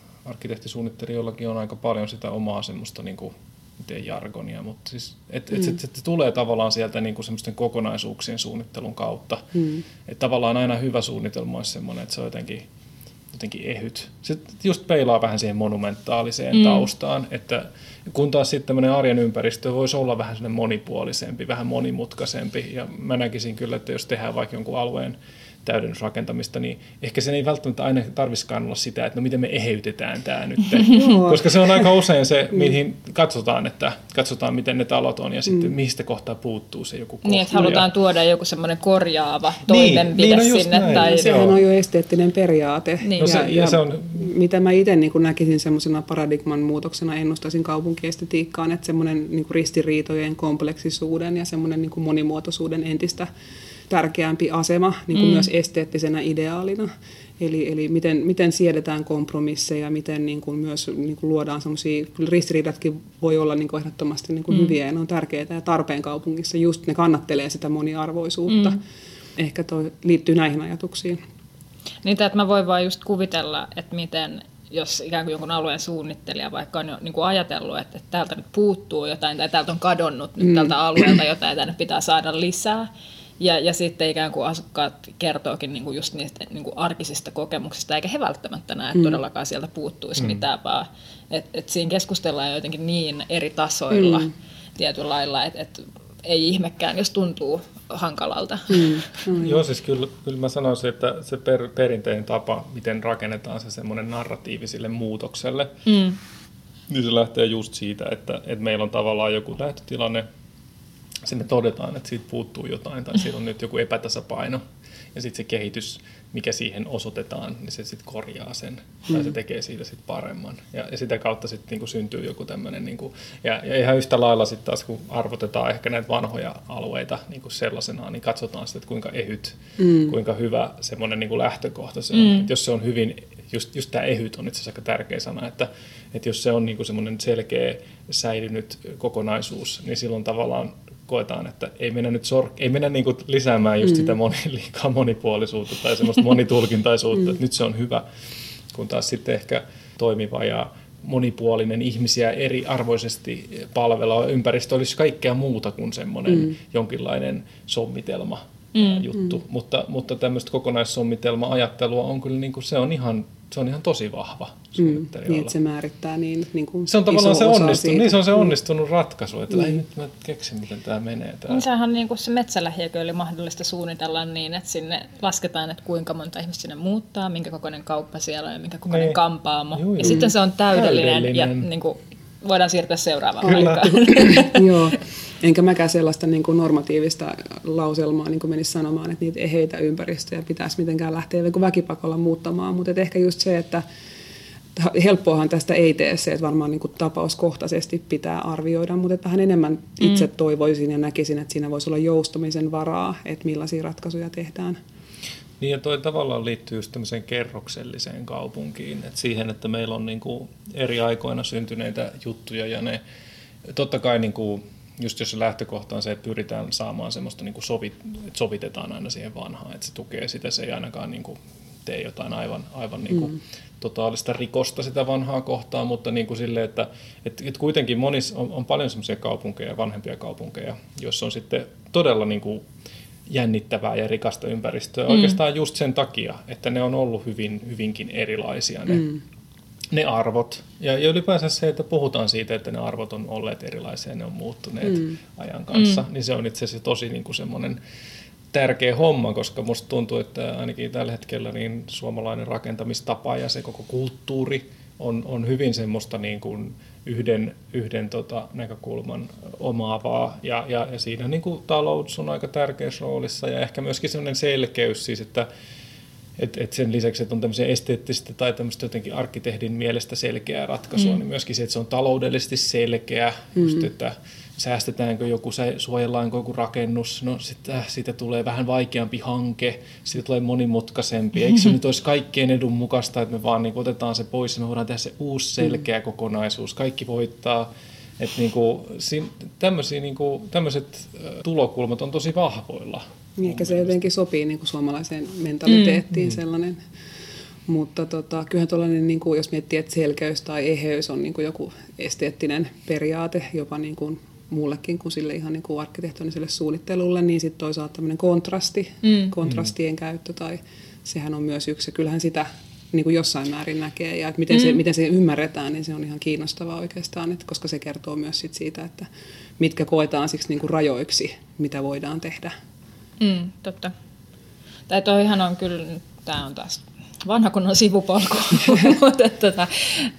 arkkitehtisuunnittelijoillakin on aika paljon sitä omaa semmoista niin kuin miten jargonia, mutta siis, että et, mm. et, et se tulee tavallaan sieltä niinku semmoisten kokonaisuuksien suunnittelun kautta. Mm. Että tavallaan aina hyvä suunnitelma olisi semmoinen, että se on jotenkin, jotenkin ehyt. Se just peilaa vähän siihen monumentaaliseen mm. taustaan, että kun taas sitten tämmöinen arjen ympäristö voisi olla vähän semmoinen monipuolisempi, vähän monimutkaisempi, ja mä näkisin kyllä, että jos tehdään vaikka jonkun alueen täydennysrakentamista, niin ehkä sen ei välttämättä aina tarvitsisikaan olla sitä, että no miten me eheytetään tämä nyt. Koska se on aika usein se, mihin katsotaan, että katsotaan miten ne talot on ja sitten mm. mistä kohtaa puuttuu se joku kohta. Niin, että halutaan tuoda joku semmoinen korjaava toimenpide niin, niin sinne. Tai... Sehän on jo esteettinen periaate. Niin. No se, ja, ja se on... mitä mä itse niin näkisin semmoisena paradigman muutoksena, ennustaisin kaupunkiestetiikkaan, että semmoinen niin ristiriitojen kompleksisuuden ja semmoinen niin monimuotoisuuden entistä tärkeämpi asema niin kuin mm. myös esteettisenä ideaalina. Eli, eli miten, miten siedetään kompromisseja, miten niin kuin myös niin kuin luodaan semmoisia, kyllä ristiriidatkin voi olla niin kuin ehdottomasti niin kuin mm. hyviä ja ne on tärkeitä ja tarpeen kaupungissa, just ne kannattelee sitä moniarvoisuutta. Mm. Ehkä toi liittyy näihin ajatuksiin. Niin, että mä voin vaan just kuvitella, että miten, jos ikään kuin jonkun alueen suunnittelija vaikka on jo niin kuin ajatellut, että, että täältä nyt puuttuu jotain tai täältä on kadonnut mm. nyt tältä alueelta jotain ja tänne pitää saada lisää. Ja, ja sitten ikään kuin asukkaat kertookin niin kuin just niistä niin kuin arkisista kokemuksista, eikä he välttämättä näe, että mm. todellakaan sieltä puuttuisi mm. mitään, vaan että et siinä keskustellaan jotenkin niin eri tasoilla mm. tietyllä lailla, että et ei ihmekään, jos tuntuu hankalalta. Mm. Mm. Joo, siis kyllä, kyllä mä sanoisin, että se per, perinteinen tapa, miten rakennetaan se semmoinen narratiivi sille muutokselle, mm. niin se lähtee just siitä, että, että meillä on tavallaan joku lähtötilanne, sitten me todetaan, että siitä puuttuu jotain tai siitä on nyt joku epätasapaino ja sitten se kehitys, mikä siihen osoitetaan, niin se sitten korjaa sen tai se tekee siitä sitten paremman. Ja, ja sitä kautta sitten niinku syntyy joku tämmöinen, niinku, ja, ja ihan yhtä lailla sitten taas kun arvotetaan ehkä näitä vanhoja alueita niinku sellaisenaan, niin katsotaan sitten, että kuinka ehyt, mm. kuinka hyvä semmoinen niinku lähtökohta se on. Mm. Et jos se on hyvin, just, just tämä ehyt on itse asiassa aika tärkeä sana, että, että jos se on niinku semmoinen selkeä säilynyt kokonaisuus, niin silloin tavallaan koetaan, että ei mennä nyt sor- ei mennä niinku lisäämään just mm. sitä moni- liikaa monipuolisuutta tai semmoista monitulkintaisuutta, mm. että nyt se on hyvä, kun taas sitten ehkä toimiva ja monipuolinen ihmisiä eriarvoisesti palveleva ympäristö olisi kaikkea muuta kuin semmoinen mm. jonkinlainen sommitelma mm. juttu, mm. mutta, mutta tämmöistä kokonaissommitelma-ajattelua on kyllä, niin kuin, se on ihan se on ihan tosi vahva Mm, suunnittelijalla. niin, että se määrittää niin, niin kuin Se on tavallaan se, onnistu, niin se on se onnistunut mm. ratkaisu, että mm. nyt mä keksin, miten tämä menee. Tää. Niin sehän on niin kuin se metsälähiökin oli mahdollista suunnitella niin, että sinne lasketaan, että kuinka monta ihmistä sinne muuttaa, minkä kokoinen kauppa siellä on ja minkä kokoinen niin. kampaamo. Juu, juu. Ja sitten se on täydellinen, täydellinen. ja niin kuin voidaan siirtyä seuraavaan Kyllä. aikaan. Joo, enkä mäkään sellaista niin kuin normatiivista lauselmaa niin kuin menisi sanomaan, että niitä eheitä ympäristöjä pitäisi mitenkään lähteä väkipakolla muuttamaan, mutta ehkä just se, että helppoahan tästä ei tee se, että varmaan niin kuin tapauskohtaisesti pitää arvioida, mutta vähän enemmän itse toivoisin ja näkisin, että siinä voisi olla joustamisen varaa, että millaisia ratkaisuja tehdään. Niin ja toi tavallaan liittyy just tämmöiseen kerrokselliseen kaupunkiin, että siihen, että meillä on niinku eri aikoina syntyneitä juttuja ja ne, totta kai niinku, just jos se lähtökohta on se, että pyritään saamaan semmoista, niinku sovit, että sovitetaan aina siihen vanhaan, että se tukee sitä, se ei ainakaan niinku tee jotain aivan, aivan niinku mm. totaalista rikosta sitä vanhaa kohtaa, mutta niinku sille, että et, et kuitenkin monissa on, on paljon semmoisia kaupunkeja, vanhempia kaupunkeja, joissa on sitten todella niinku jännittävää ja rikasta ympäristöä mm. oikeastaan just sen takia, että ne on ollut hyvin, hyvinkin erilaisia ne, mm. ne arvot. Ja, ja ylipäänsä se, että puhutaan siitä, että ne arvot on olleet erilaisia ja ne on muuttuneet mm. ajan kanssa, mm. niin se on itse asiassa tosi niin kuin semmoinen tärkeä homma, koska musta tuntuu, että ainakin tällä hetkellä niin suomalainen rakentamistapa ja se koko kulttuuri on, on hyvin semmoista niin kuin yhden, yhden tota näkökulman omaavaa, ja, ja, ja siinä niin kuin talous on aika tärkeässä roolissa, ja ehkä myöskin sellainen selkeys, siis, että et, et sen lisäksi, että on tämmöisiä esteettistä tai tämmöistä jotenkin arkkitehdin mielestä selkeää ratkaisua, mm. niin myöskin se, että se on taloudellisesti selkeä, mm. just, että säästetäänkö joku, suojellaanko joku rakennus, no sitten äh, siitä tulee vähän vaikeampi hanke, siitä tulee monimutkaisempi. Eikö se nyt olisi kaikkien edun mukaista, että me vaan niin kuin otetaan se pois ja me voidaan tehdä se uusi selkeä kokonaisuus, kaikki voittaa. Että niin kuin, tämmöisiä, niin kuin, tämmöiset tulokulmat on tosi vahvoilla. Niin, ehkä se jotenkin sopii niin kuin suomalaiseen mentaliteettiin mm. sellainen. Mutta tota, kyllähän tuollainen, niin kuin, jos miettii, että selkeys tai eheys on niin kuin joku esteettinen periaate, jopa niin kuin muullekin kuin sille ihan niin kuin arkkitehtoniselle suunnittelulle, niin sitten toisaalta tämmöinen kontrasti, mm. kontrastien mm. käyttö, tai sehän on myös yksi, kyllähän sitä niin kuin jossain määrin näkee, ja että miten, mm. se, miten se ymmärretään, niin se on ihan kiinnostavaa oikeastaan, että koska se kertoo myös sit siitä, että mitkä koetaan siksi niin kuin rajoiksi, mitä voidaan tehdä. Mm, totta. Tai toihan on kyllä, tämä on taas vanha kunnon sivupolku, mutta tota,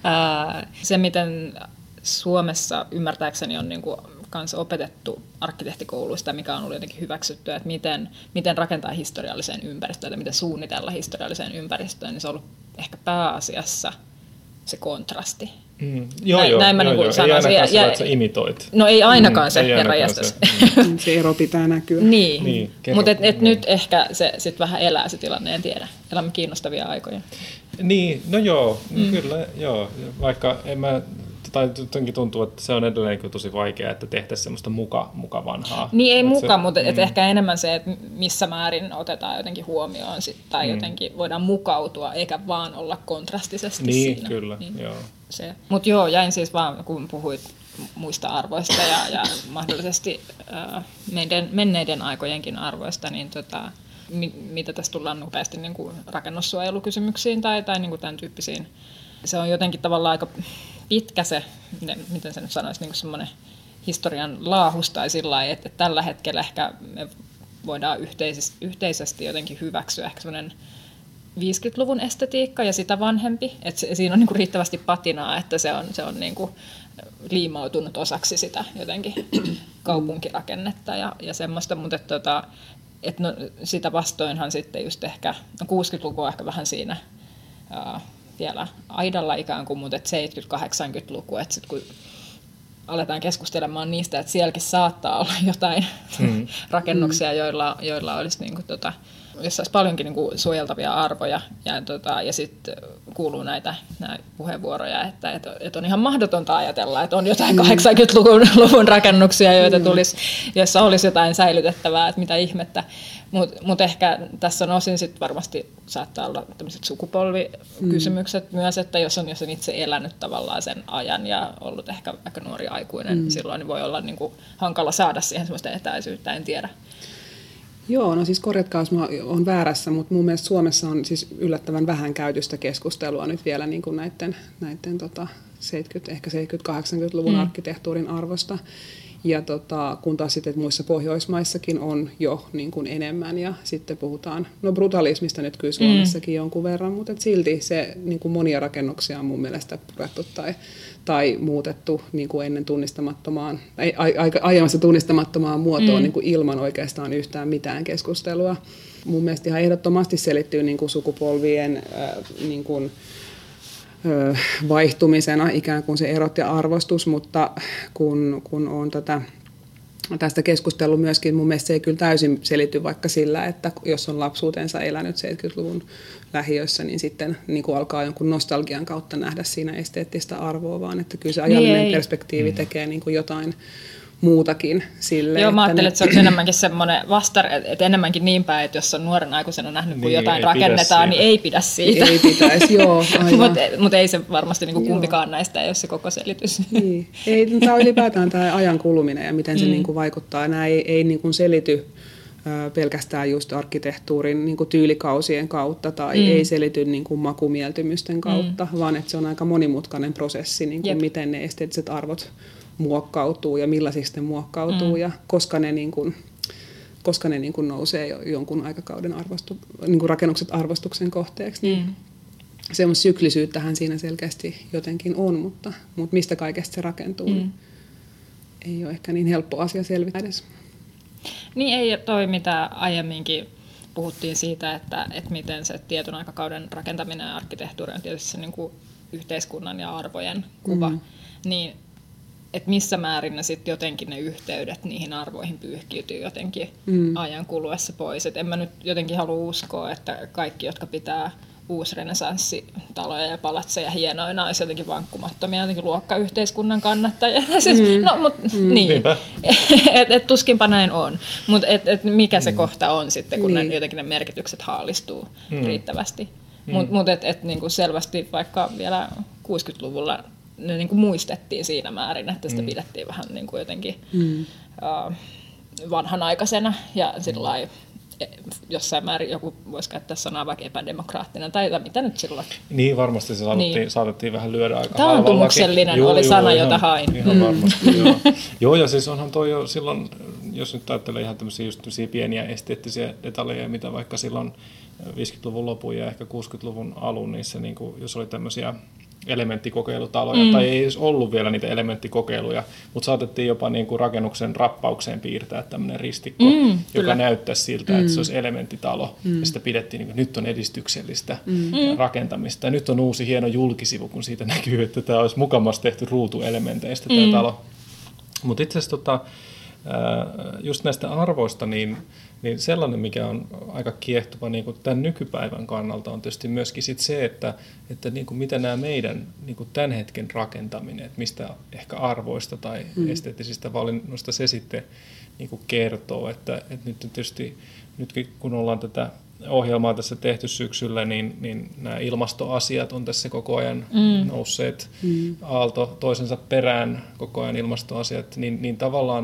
ää, se miten Suomessa ymmärtääkseni on niin kuin kans opetettu arkkitehtikouluista, mikä on ollut jotenkin hyväksyttyä, että miten, miten rakentaa historialliseen ympäristöön ja miten suunnitella historialliseen ympäristöön, niin se on ollut ehkä pääasiassa se kontrasti. Mm. Joo, näin, joo, näin mä joo, niin joo. sanoisin. Ei ainakaan ja, sillä, ja, että sä imitoit. No ei ainakaan mm, se, herra jästäs. Se. se ero pitää näkyä. Niin, niin mutta et, et nyt ehkä se sit vähän elää se tilanne, en tiedä. Elämme kiinnostavia aikoja. Niin, no joo, Mm. kyllä, joo. Vaikka en mä, tai jotenkin tuntuu, että se on edelleen tosi vaikeaa, että tehtäisiin semmoista muka, muka vanhaa. Niin ei Et muka, se, mutta mm. et ehkä enemmän se, että missä määrin otetaan jotenkin huomioon sit, tai mm. jotenkin voidaan mukautua, eikä vaan olla kontrastisesti niin, siinä. Kyllä, niin, joo. Mutta joo, jäin siis vaan, kun puhuit muista arvoista ja, ja mahdollisesti äh, meidän menneiden aikojenkin arvoista, niin tota, mi, mitä tässä tullaan nopeasti niin kuin rakennussuojelukysymyksiin tai, tai niin kuin tämän tyyppisiin. Se on jotenkin tavallaan aika pitkä se, ne, miten se nyt sanoisi, niin kuin semmoinen historian laahus tai sillä lailla, että tällä hetkellä ehkä me voidaan yhteisesti, yhteisesti jotenkin hyväksyä ehkä semmoinen viisikymmentäluvun estetiikka ja sitä vanhempi, että se, siinä on niin kuin riittävästi patinaa, että se on, se on niin kuin liimautunut osaksi sitä jotenkin kaupunkirakennetta ja, ja semmoista, mutta että, tota, että no, sitä vastoinhan sitten just ehkä, no kuusikymmentäluku on ehkä vähän siinä ää, vielä aidalla ikään kuin, mutta seitsemänkymmentä-kahdeksankymmentäluku, että sitten kun aletaan keskustelemaan niistä, että sielläkin saattaa olla jotain mm. rakennuksia, joilla, joilla olisi niin kuin, tota, jossa olisi paljonkin niin kuin suojeltavia arvoja, ja, tota, ja sitten kuuluu näitä, näitä puheenvuoroja, että, että, että on ihan mahdotonta ajatella, että on jotain kahdeksankymmentäluvun rakennuksia, joita tulisi, joissa olisi jotain säilytettävää, että mitä ihmettä. Mutta mut ehkä tässä on osin sit varmasti saattaa olla tämmöiset sukupolvikysymykset mm. myös, että jos on, jos on itse elänyt tavallaan sen ajan ja ollut ehkä aika nuori aikuinen, mm. silloin niin voi olla niin kuin hankala saada siihen semmoista etäisyyttä, en tiedä. Joo, no siis korjatkaa, jos mä oon väärässä, mutta mun mielestä Suomessa on siis yllättävän vähän käytöstä keskustelua nyt vielä niin kuin näiden, näiden tota seitsemänkymmentä, ehkä seitsemänkymmentä-kahdeksankymmentäluvun mm. arkkitehtuurin arvosta. Ja tota, kun taas sitten muissa Pohjoismaissakin on jo niin kuin enemmän ja sitten puhutaan, no brutalismista nyt kyllä Suomessakin mm. jonkun verran, mutta et silti se niin kuin monia rakennuksia on mun mielestä purettu tai, tai muutettu niin kuin ennen tunnistamattomaan, ai, ai, aiemmassa tunnistamattomaan muotoon mm. niin kuin ilman oikeastaan yhtään mitään keskustelua. Mun mielestä ihan ehdottomasti selittyy niin kuin sukupolvien äh, niin kuin vaihtumisena ikään kuin se erot ja arvostus, mutta kun, kun on tätä, tästä keskustellut myöskin, mun mielestä se ei kyllä täysin selity vaikka sillä, että jos on lapsuutensa elänyt seitsemänkymmentäluvun lähiössä, niin sitten niin kuin alkaa jonkun nostalgian kautta nähdä siinä esteettistä arvoa, vaan että kyllä se ajallinen niin perspektiivi tekee niin kuin jotain muutakin sille. Joo, mä ajattelin, että se on enemmänkin semmoinen vastar, että enemmänkin niin päin, että jos on nuoren aikuisena nähnyt, kun niin, jotain rakennetaan, niin ei pidä siitä. Ei pitäisi, joo. Mutta mut ei se varmasti niinku kumpikaan näistä ei ole se koko selitys. Niin. Ei, tämä on ylipäätään tämä ajan kuluminen ja miten se mm. niinku vaikuttaa. Nämä ei, ei niinku selity ö, pelkästään just arkkitehtuurin niinku tyylikausien kautta tai mm. ei selity niinku makumieltymysten kautta, mm. vaan että se on aika monimutkainen prosessi, niinku miten ne esteettiset arvot muokkautuu ja millaisiksi ne muokkautuu mm. ja koska ne, niin kuin, koska ne niin kuin nousee jonkun aikakauden arvostu, niin kuin rakennukset arvostuksen kohteeksi. Niin mm. semmoista syklisyyttähän siinä selkeästi jotenkin on, mutta, mutta mistä kaikesta se rakentuu, mm. niin ei ole ehkä niin helppo asia selvitä edes. Niin ei toi, mitä aiemminkin puhuttiin siitä, että, että miten se tietyn aikakauden rakentaminen ja arkkitehtuuri on tietysti se niin kuin yhteiskunnan ja arvojen kuva, mm. niin että missä määrin ne sitten jotenkin ne yhteydet niihin arvoihin pyyhkiytyy jotenkin mm. ajan kuluessa pois. Et en mä nyt jotenkin halua uskoa, että kaikki, jotka pitää uusrenesanssitaloja ja palatseja hienoina, olisi jotenkin vankkumattomia jotenkin luokkayhteiskunnan kannattajia. Siis, mm. no, mut, mm. niin. et, et, tuskinpa näin on. Mutta et, et mikä se mm. kohta on sitten, kun niin. ne, jotenkin ne merkitykset haalistuu mm. riittävästi. Mm. Mutta mut et, et, niinku selvästi vaikka vielä kuusikymmentäluvulla ne niin kuin muistettiin siinä määrin, että sitä mm. pidettiin vähän niin kuin jotenkin mm. uh, vanhanaikaisena ja sillai, jossain määrin joku voisi käyttää sanaa vaikka epädemokraattinen tai mitä nyt silloin. Niin, varmasti se saatettiin, niin. saatettiin vähän lyödä aika taantumuksellinen halvallakin. oli joo, sana, joo, jota ihan, hain. Ihan mm. varmasti, joo. Joo, ja siis onhan toi jo silloin, jos nyt ajattelee ihan tämmöisiä just tämmöisiä pieniä esteettisiä detaljeja, mitä vaikka silloin viisikymmentäluvun lopun ja ehkä kuusikymmentäluvun alun niissä, niin kuin, jos oli tämmöisiä elementtikokeilutaloja, mm. tai ei edes ollut vielä niitä elementtikokeiluja, mutta saatettiin jopa niin kuin rakennuksen rappaukseen piirtää tämmöinen ristikko, mm, joka kyllä. näyttäisi siltä, että mm. se olisi elementtitalo, mm. ja sitä pidettiin, niin kuin, nyt on edistyksellistä mm. rakentamista, ja nyt on uusi hieno julkisivu, kun siitä näkyy, että tämä olisi mukavasti tehty ruutuelementeistä mm. tämä talo. Mutta itse asiassa tota, just näistä arvoista, niin Niin sellainen, mikä on aika kiehtova niin kuin tämän nykypäivän kannalta, on tietysti myöskin sit se, että, että niin kuin mitä nämä meidän niin kuin tämän hetken rakentaminen, että mistä ehkä arvoista tai mm. esteettisistä valinnoista se sitten niin kuin kertoo. Että, että nyt tietysti nytkin kun ollaan tätä ohjelmaa tässä tehty syksyllä, niin, niin nämä ilmastoasiat on tässä koko ajan mm. nousseet mm. aalto toisensa perään, koko ajan ilmastoasiat, niin, niin tavallaan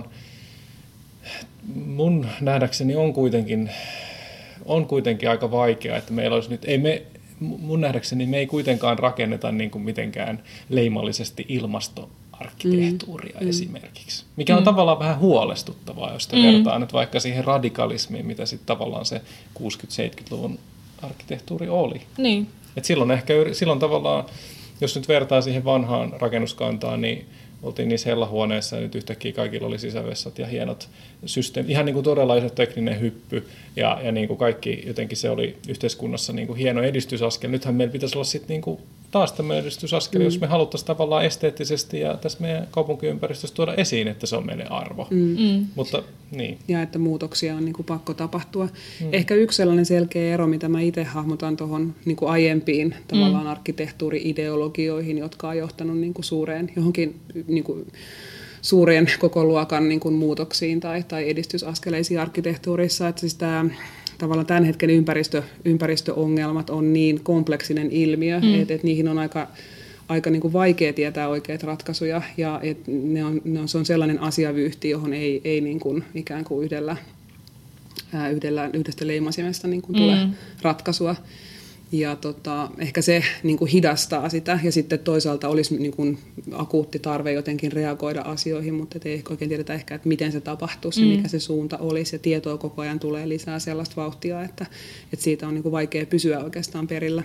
mun nähdäkseni on kuitenkin, on kuitenkin aika vaikea, että meillä olisi nyt, ei me, mun nähdäkseni me ei kuitenkaan rakenneta niin kuin mitenkään leimallisesti ilmastoarkkitehtuuria mm. esimerkiksi, mikä on mm. tavallaan vähän huolestuttavaa, jos sitä mm. vertaa nyt vaikka siihen radikalismiin, mitä sitten tavallaan se kuusikymmentä-seitsemänkymmentäluvun arkkitehtuuri oli. Niin. Et silloin ehkä, silloin tavallaan, jos nyt vertaa siihen vanhaan rakennuskantaan, niin oltiin niissä hellahuoneissa ja nyt yhtäkkiä kaikilla oli sisävessat ja hienot systeemit. Ihan niin kuin todella iso tekninen hyppy ja, ja niin kuin kaikki jotenkin se oli yhteiskunnassa niin kuin hieno edistysaskel. Nythän meillä pitäisi olla sitten niin kuin taas tämmöinen edistysaskel, mm. jos me haluttaisiin tavallaan esteettisesti ja tässä meidän kaupunkiympäristössä tuoda esiin, että se on meille arvo. Mm. Mutta, niin. Ja että muutoksia on niin kuin pakko tapahtua. Mm. Ehkä yksi sellainen selkeä ero, mitä mä itse hahmotan tuohon niin kuin aiempiin tavallaan mm. arkkitehtuuri-ideologioihin, jotka on johtanut niin kuin suureen johonkin niin kuin suurien koko luokan niin kuin muutoksiin tai, tai edistysaskeleisiin arkkitehtuurissa, että siis tämä tavallaan tämän hetken ympäristö, ympäristöongelmat on niin kompleksinen ilmiö, mm. että, että niihin on aika, aika niin kuin vaikea tietää oikeita ratkaisuja ja että ne on, ne on, se on sellainen asiavyyhti, johon ei, ei niin kuin ikään kuin yhdellä, ää, yhdellä, yhdestä leimasimesta niin kuin tulee mm. ratkaisua. Ja tota, ehkä se niin kuin hidastaa sitä, ja sitten toisaalta olisi niin kuin akuutti tarve jotenkin reagoida asioihin, mutta ei oikein tiedetä ehkä, että miten se tapahtuisi, mm. mikä se suunta olisi, ja tietoa koko ajan tulee lisää sellaista vauhtia, että, että siitä on niin kuin vaikea pysyä oikeastaan perillä.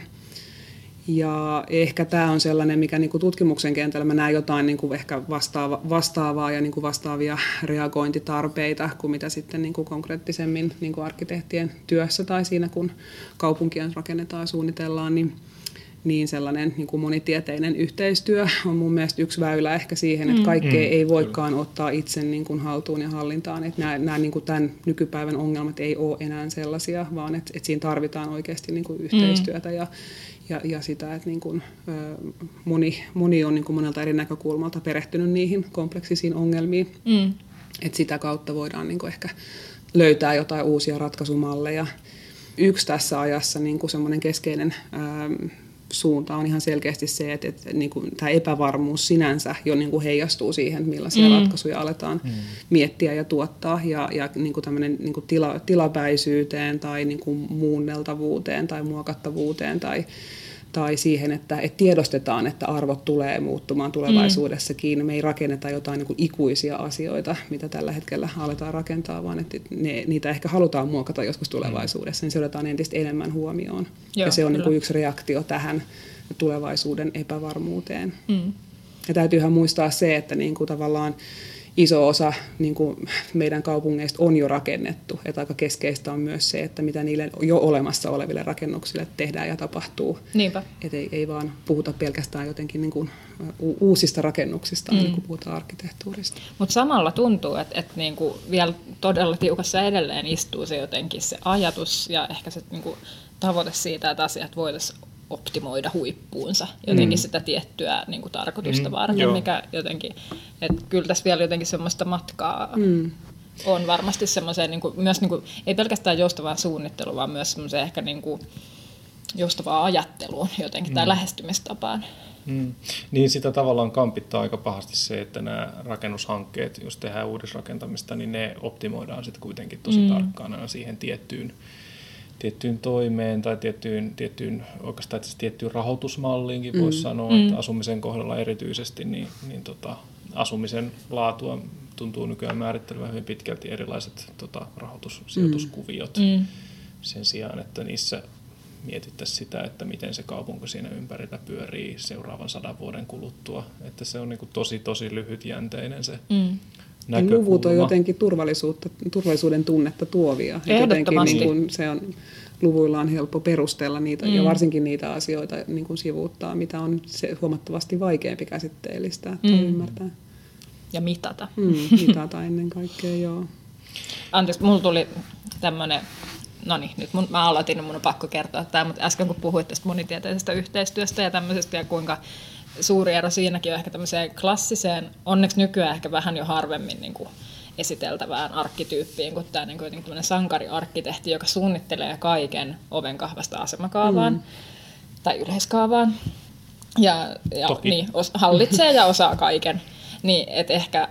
Ja ehkä tämä on sellainen, mikä niin kuin tutkimuksen kentällä mä näen jotain niin kuin ehkä vastaava, vastaavaa ja niin kuin vastaavia reagointitarpeita kuin mitä sitten niin kuin konkreettisemmin niin kuin arkkitehtien työssä tai siinä, kun kaupunkia rakennetaan ja suunnitellaan, niin, niin sellainen niin kuin monitieteinen yhteistyö on mun mielestä yksi väylä ehkä siihen, että kaikkea mm. ei voikaan ottaa itse niin kuin haltuun ja hallintaan. Että nämä, nämä niin kuin tämän nykypäivän ongelmat ei ole enää sellaisia, vaan että, että siinä tarvitaan oikeasti niin kuin yhteistyötä mm. ja Ja, ja sitä, että niin kuin, ö, moni, moni on niin kuin monelta eri näkökulmalta perehtynyt niihin kompleksisiin ongelmiin. Mm. Että sitä kautta voidaan niin kuin ehkä löytää jotain uusia ratkaisumalleja. Yksi tässä ajassa niin kuin semmoinen keskeinen ö, suunta on ihan selkeästi se, että, että niin kuin tämä epävarmuus sinänsä jo niin kuin heijastuu siihen, millaisia mm. ratkaisuja aletaan mm. miettiä ja tuottaa. Ja, ja niin kuin tämmöinen niin kuin tila, tilapäisyyteen tai niin kuin muunneltavuuteen tai muokattavuuteen tai tai siihen, että, että tiedostetaan, että arvot tulee muuttumaan tulevaisuudessakin. Mm. Me ei rakenneta jotain niin kuin ikuisia asioita, mitä tällä hetkellä aletaan rakentaa, vaan että ne, niitä ehkä halutaan muokata joskus tulevaisuudessa, niin se otetaan entistä enemmän huomioon. Joo, ja se on niin kuin yksi reaktio tähän tulevaisuuden epävarmuuteen. Mm. Ja täytyyhän muistaa se, että niin kuin tavallaan iso osa niin kuin meidän kaupungeista on jo rakennettu. Että aika keskeistä on myös se, että mitä niille jo olemassa oleville rakennuksille tehdään ja tapahtuu. Niinpä. Että ei, ei vaan puhuta pelkästään jotenkin niin kuin uusista rakennuksista, mm. kun puhutaan arkkitehtuurista. Mutta samalla tuntuu, että, että niin kuin vielä todella tiukassa edelleen istuu se jotenkin se ajatus ja ehkä se niin kuin tavoite siitä, että asiat voitaisiin optimoida huippuunsa jotenkin mm. sitä tiettyä niin kuin tarkoitusta mm. varten, Joo. mikä jotenkin, että kyllä tässä vielä jotenkin semmoista matkaa mm. on varmasti semmoiseen, niin kuin, myös niin kuin, ei pelkästään joustavaa suunnittelua, vaan myös semmoiseen ehkä niin kuin joustavaa ajatteluun jotenkin mm. tai lähestymistapaan. Mm. Niin sitä tavallaan kampittaa aika pahasti se, että nämä rakennushankkeet, jos tehdään uudisrakentamista, niin ne optimoidaan sitten kuitenkin tosi mm. tarkkaan aina siihen tiettyyn tiettyyn toimeen tai tiettyyn, tiettyyn, oikeastaan tiettyyn rahoitusmalliinkin mm. voisi sanoa, mm. että asumisen kohdalla erityisesti, niin, niin tota, asumisen laatua tuntuu nykyään määrittelevän hyvin pitkälti erilaiset tota, rahoitussijoituskuviot mm. sen sijaan, että niissä mietittäisiin sitä, että miten se kaupunki siinä ympärillä pyörii seuraavan sadan vuoden kuluttua, että se on niin kuin tosi, tosi lyhytjänteinen se mm. näkökulma. Luvut on jotenkin turvallisuutta, turvallisuuden tunnetta tuovia. Jotenkin niin kuin se on, luvuilla on helppo perustella niitä mm. ja varsinkin niitä asioita niin kuin sivuuttaa, mitä on se huomattavasti vaikeampi käsitteellistää mm. tai ymmärtää. Ja mitata. Mm, mitata ennen kaikkea, joo. Anteeksi, mulla tuli tämmöinen, no niin, nyt mun, mä aloitin, niin mun on pakko kertoa tämä, mutta äsken kun puhuit tästä monitieteisestä yhteistyöstä ja tämmöisestä ja kuinka suuri ero siinäkin on ehkä tämmöiseen klassiseen, onneksi nykyään ehkä vähän jo harvemmin niin kuin esiteltävään arkkityyppiin, kuin tämä niin kuin tämmöinen sankariarkkitehti, joka suunnittelee kaiken ovenkahvasta asemakaavaan mm. tai yleiskaavaan ja, ja niin, os, hallitsee ja osaa kaiken. Niin, että ehkä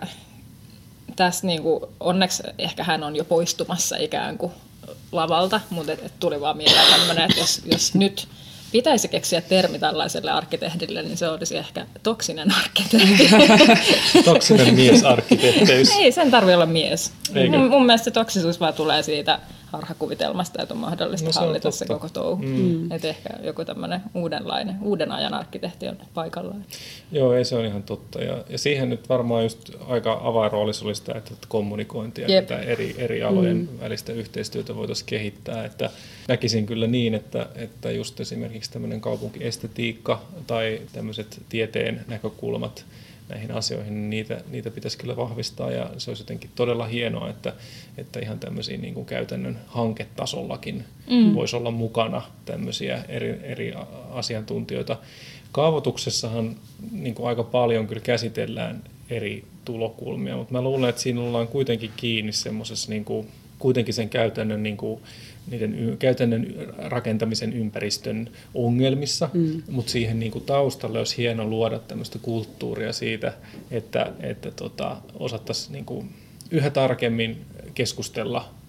tässä niin kuin, onneksi ehkä hän on jo poistumassa ikään kuin lavalta, mutta et, et tuli vaan mieleen tämmöinen, että jos, jos nyt pitäisi keksiä termi tällaiselle arkkitehdille, niin se olisi ehkä toksinen arkkitehti. Toksinen miesarkkitehtiys. Ei sen tarvitse olla mies. Mun, mun mielestä se toksisuus vaan tulee siitä harhakuvitelmasta, että on mahdollista no, se hallita on se koko touhu. Mm. Että ehkä joku tämmöinen uudenlainen, uuden ajan arkkitehti on paikallaan. Joo, ei se on ihan totta. Ja, ja siihen nyt varmaan just aika avainroolissa oli sitä, että kommunikointia ja tätä eri, eri alojen mm. välistä yhteistyötä voitaisiin kehittää. Että näkisin kyllä niin, että, että just esimerkiksi tämmöinen kaupunkiestetiikka tai tämmöiset tieteen näkökulmat näihin asioihin, niin niitä, niitä pitäisi kyllä vahvistaa ja se olisi jotenkin todella hienoa, että, että ihan tämmöisiä niin kuin käytännön hanketasollakin mm. voisi olla mukana tämmöisiä eri, eri asiantuntijoita. Kaavoituksessahan niin kuin aika paljon kyllä käsitellään eri tulokulmia, mutta mä luulen, että siinä ollaan kuitenkin kiinni semmoisessa niin kuin, kuitenkin sen käytännön niin kuin, niiden käytännön rakentamisen ympäristön ongelmissa, mm. mutta siihen niin kuin taustalle olisi hieno luoda tämmöistä kulttuuria siitä, että, että tota, osattaisiin niin kuin yhä tarkemmin keskustella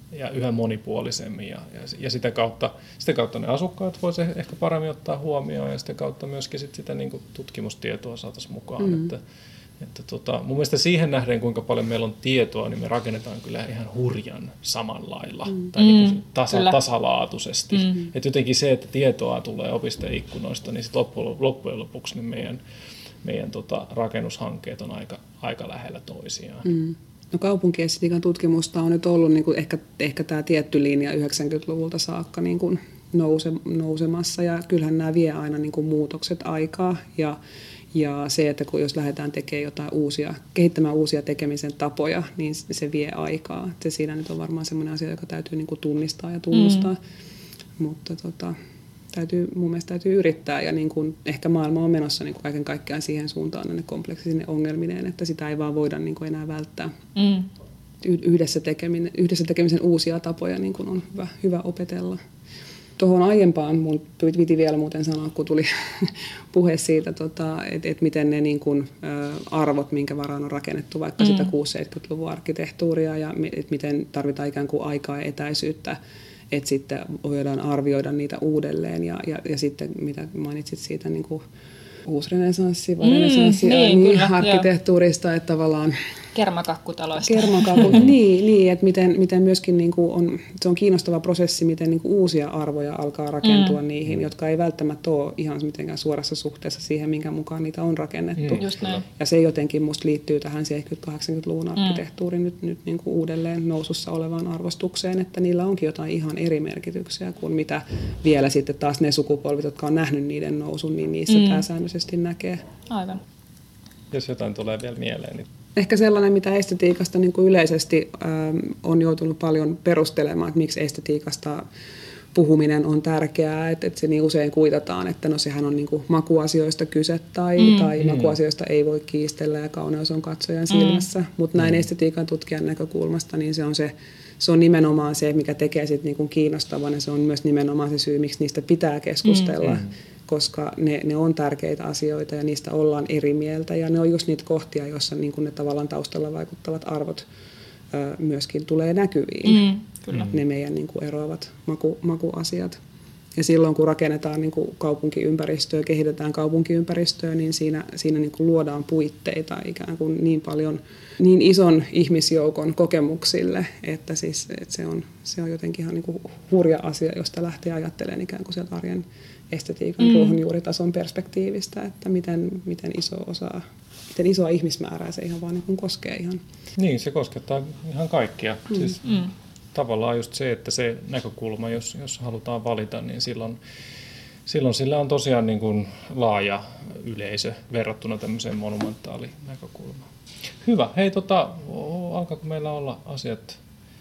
ja yhä monipuolisemmin. Ja, ja, ja sitä, kautta, sitä kautta ne asukkaat voisivat ehkä paremmin ottaa huomioon ja sitä kautta myöskin sit sitä niin kuin tutkimustietoa saataisiin mukaan. Mm. Että, että tota, mun mielestä siihen nähden, kuinka paljon meillä on tietoa, niin me rakennetaan kyllä ihan hurjan samanlailla mm. tai niin kuin tasa, tasalaatuisesti. Mm. Että jotenkin se, että tietoa tulee opistoikkunoista, niin sit loppujen, loppujen lopuksi niin meidän, meidän tota, rakennushankkeet on aika, aika lähellä toisiaan. Mm. No kaupunkiestetiikan tutkimusta on nyt ollut niin kuin ehkä, ehkä tämä tietty linja yhdeksänkymmentäluvulta saakka niin kuin nouse, nousemassa ja kyllähän nämä vie aina niin kuin muutokset aikaa ja, ja se, että kun jos lähdetään tekemään jotain uusia, kehittämään uusia tekemisen tapoja, niin se vie aikaa. Se siinä nyt on varmaan sellainen asia, joka täytyy niin kuin tunnistaa ja tunnustaa, mm. mutta tota, täytyy, mun mielestä täytyy yrittää ja niin kuin ehkä maailma on menossa niin kuin kaiken kaikkiaan siihen suuntaan ne kompleksisine ongelmineen, että sitä ei vaan voida niin kuin enää välttää. Mm. Yhdessä, tekeminen, yhdessä tekemisen uusia tapoja niin kuin on hyvä, hyvä opetella. Tuohon aiempaan mun piti vielä muuten sanoa, kun tuli puhe siitä, tota, että et miten ne niin kuin, ä, arvot, minkä varaan on rakennettu vaikka mm. sitä kuusikymmentä-seitsemänkymmentäluvun arkkitehtuuria ja et miten tarvitaan ikään kuin aikaa ja etäisyyttä, että sitten voidaan arvioida niitä uudelleen ja, ja, ja sitten mitä mainitsit siitä niin kuin uusrenesanssi, vai renesanssi, mm, niin, niin, arkkitehtuurista, että tavallaan kermakakkutaloista. Kermakakku, niin, niin, että miten, miten myöskin niin kuin on, se on kiinnostava prosessi, miten niin kuin uusia arvoja alkaa rakentua mm. niihin, jotka ei välttämättä ole ihan mitenkään suorassa suhteessa siihen, minkä mukaan niitä on rakennettu. Mm. Just näin. Ja se jotenkin musta liittyy tähän seitsemänkymmentä-kahdeksankymmentäluvun arkkitehtuurin mm. nyt, nyt niin kuin uudelleen nousussa olevaan arvostukseen, että niillä onkin jotain ihan eri merkityksiä kuin mitä vielä sitten taas ne sukupolvit, jotka on nähnyt niiden nousun, niin niissä mm. pääsäännöllisesti näkee. Aivan. Jos jotain tulee vielä mieleen, niin ehkä sellainen, mitä estetiikasta niin kuin yleisesti ähm, on joutunut paljon perustelemaan, että miksi estetiikasta puhuminen on tärkeää, että, että se niin usein kuitataan, että no sehän on niin kuin makuasioista kyse tai, mm. tai makuasioista ei voi kiistellä ja kauneus on katsojan silmässä, mm. mutta näin estetiikan tutkijan näkökulmasta niin se on, se, se on nimenomaan se, mikä tekee sit niin kuin kiinnostavan ja se on myös nimenomaan se syy, miksi niistä pitää keskustella. Mm. koska ne, ne on tärkeitä asioita ja niistä ollaan eri mieltä. Ja ne on just niitä kohtia, joissa niin kuin ne tavallaan taustalla vaikuttavat arvot ö, myöskin tulee näkyviin. Mm, kyllä. Ne meidän niin kuin eroavat maku, makuasiat. Ja silloin, kun rakennetaan niin kuin kaupunkiympäristöä, kehitetään kaupunkiympäristöä, niin siinä, siinä niin kuin luodaan puitteita ikään kuin niin paljon, niin ison ihmisjoukon kokemuksille, että, siis, että se, on, se on jotenkin ihan niin kuin hurja asia, josta lähtee ajattelemaan ikään kuin sieltä arjen estetiikan mm. ruohonjuuritason perspektiivistä, että miten, miten, iso osa, miten isoa ihmismäärää se ihan vaan niin kuin koskee ihan. Niin, se koskettaa ihan kaikkia. Mm. Siis mm. tavallaan just se, että se näkökulma, jos, jos halutaan valita, niin silloin, silloin sillä on tosiaan niin kuin laaja yleisö verrattuna tämmöiseen monumentaaliin näkökulmaan. Hyvä. Hei, tota, alkaako meillä olla asiat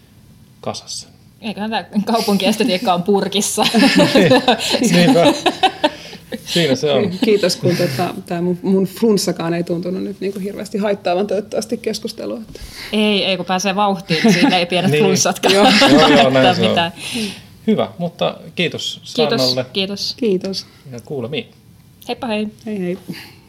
kasassa? Eiköhän tämä kaupunkiestetiikka on purkissa. Niinpä. Siinä se on. Kiitos, kun tota, tämä mun, mun flunssakaan ei tuntunut nyt niin kuin hirveästi haittaavan toivottavasti keskustelua. Ei, ei kun pääsee vauhtiin, siitä ei pienet niin. flunssatkaan. Joo, joo, näin se on. Hyvä, mutta kiitos Sannalle. Kiitos, kiitos. Kiitos. Ja kuulemiin. Heippa hei. Hei hei.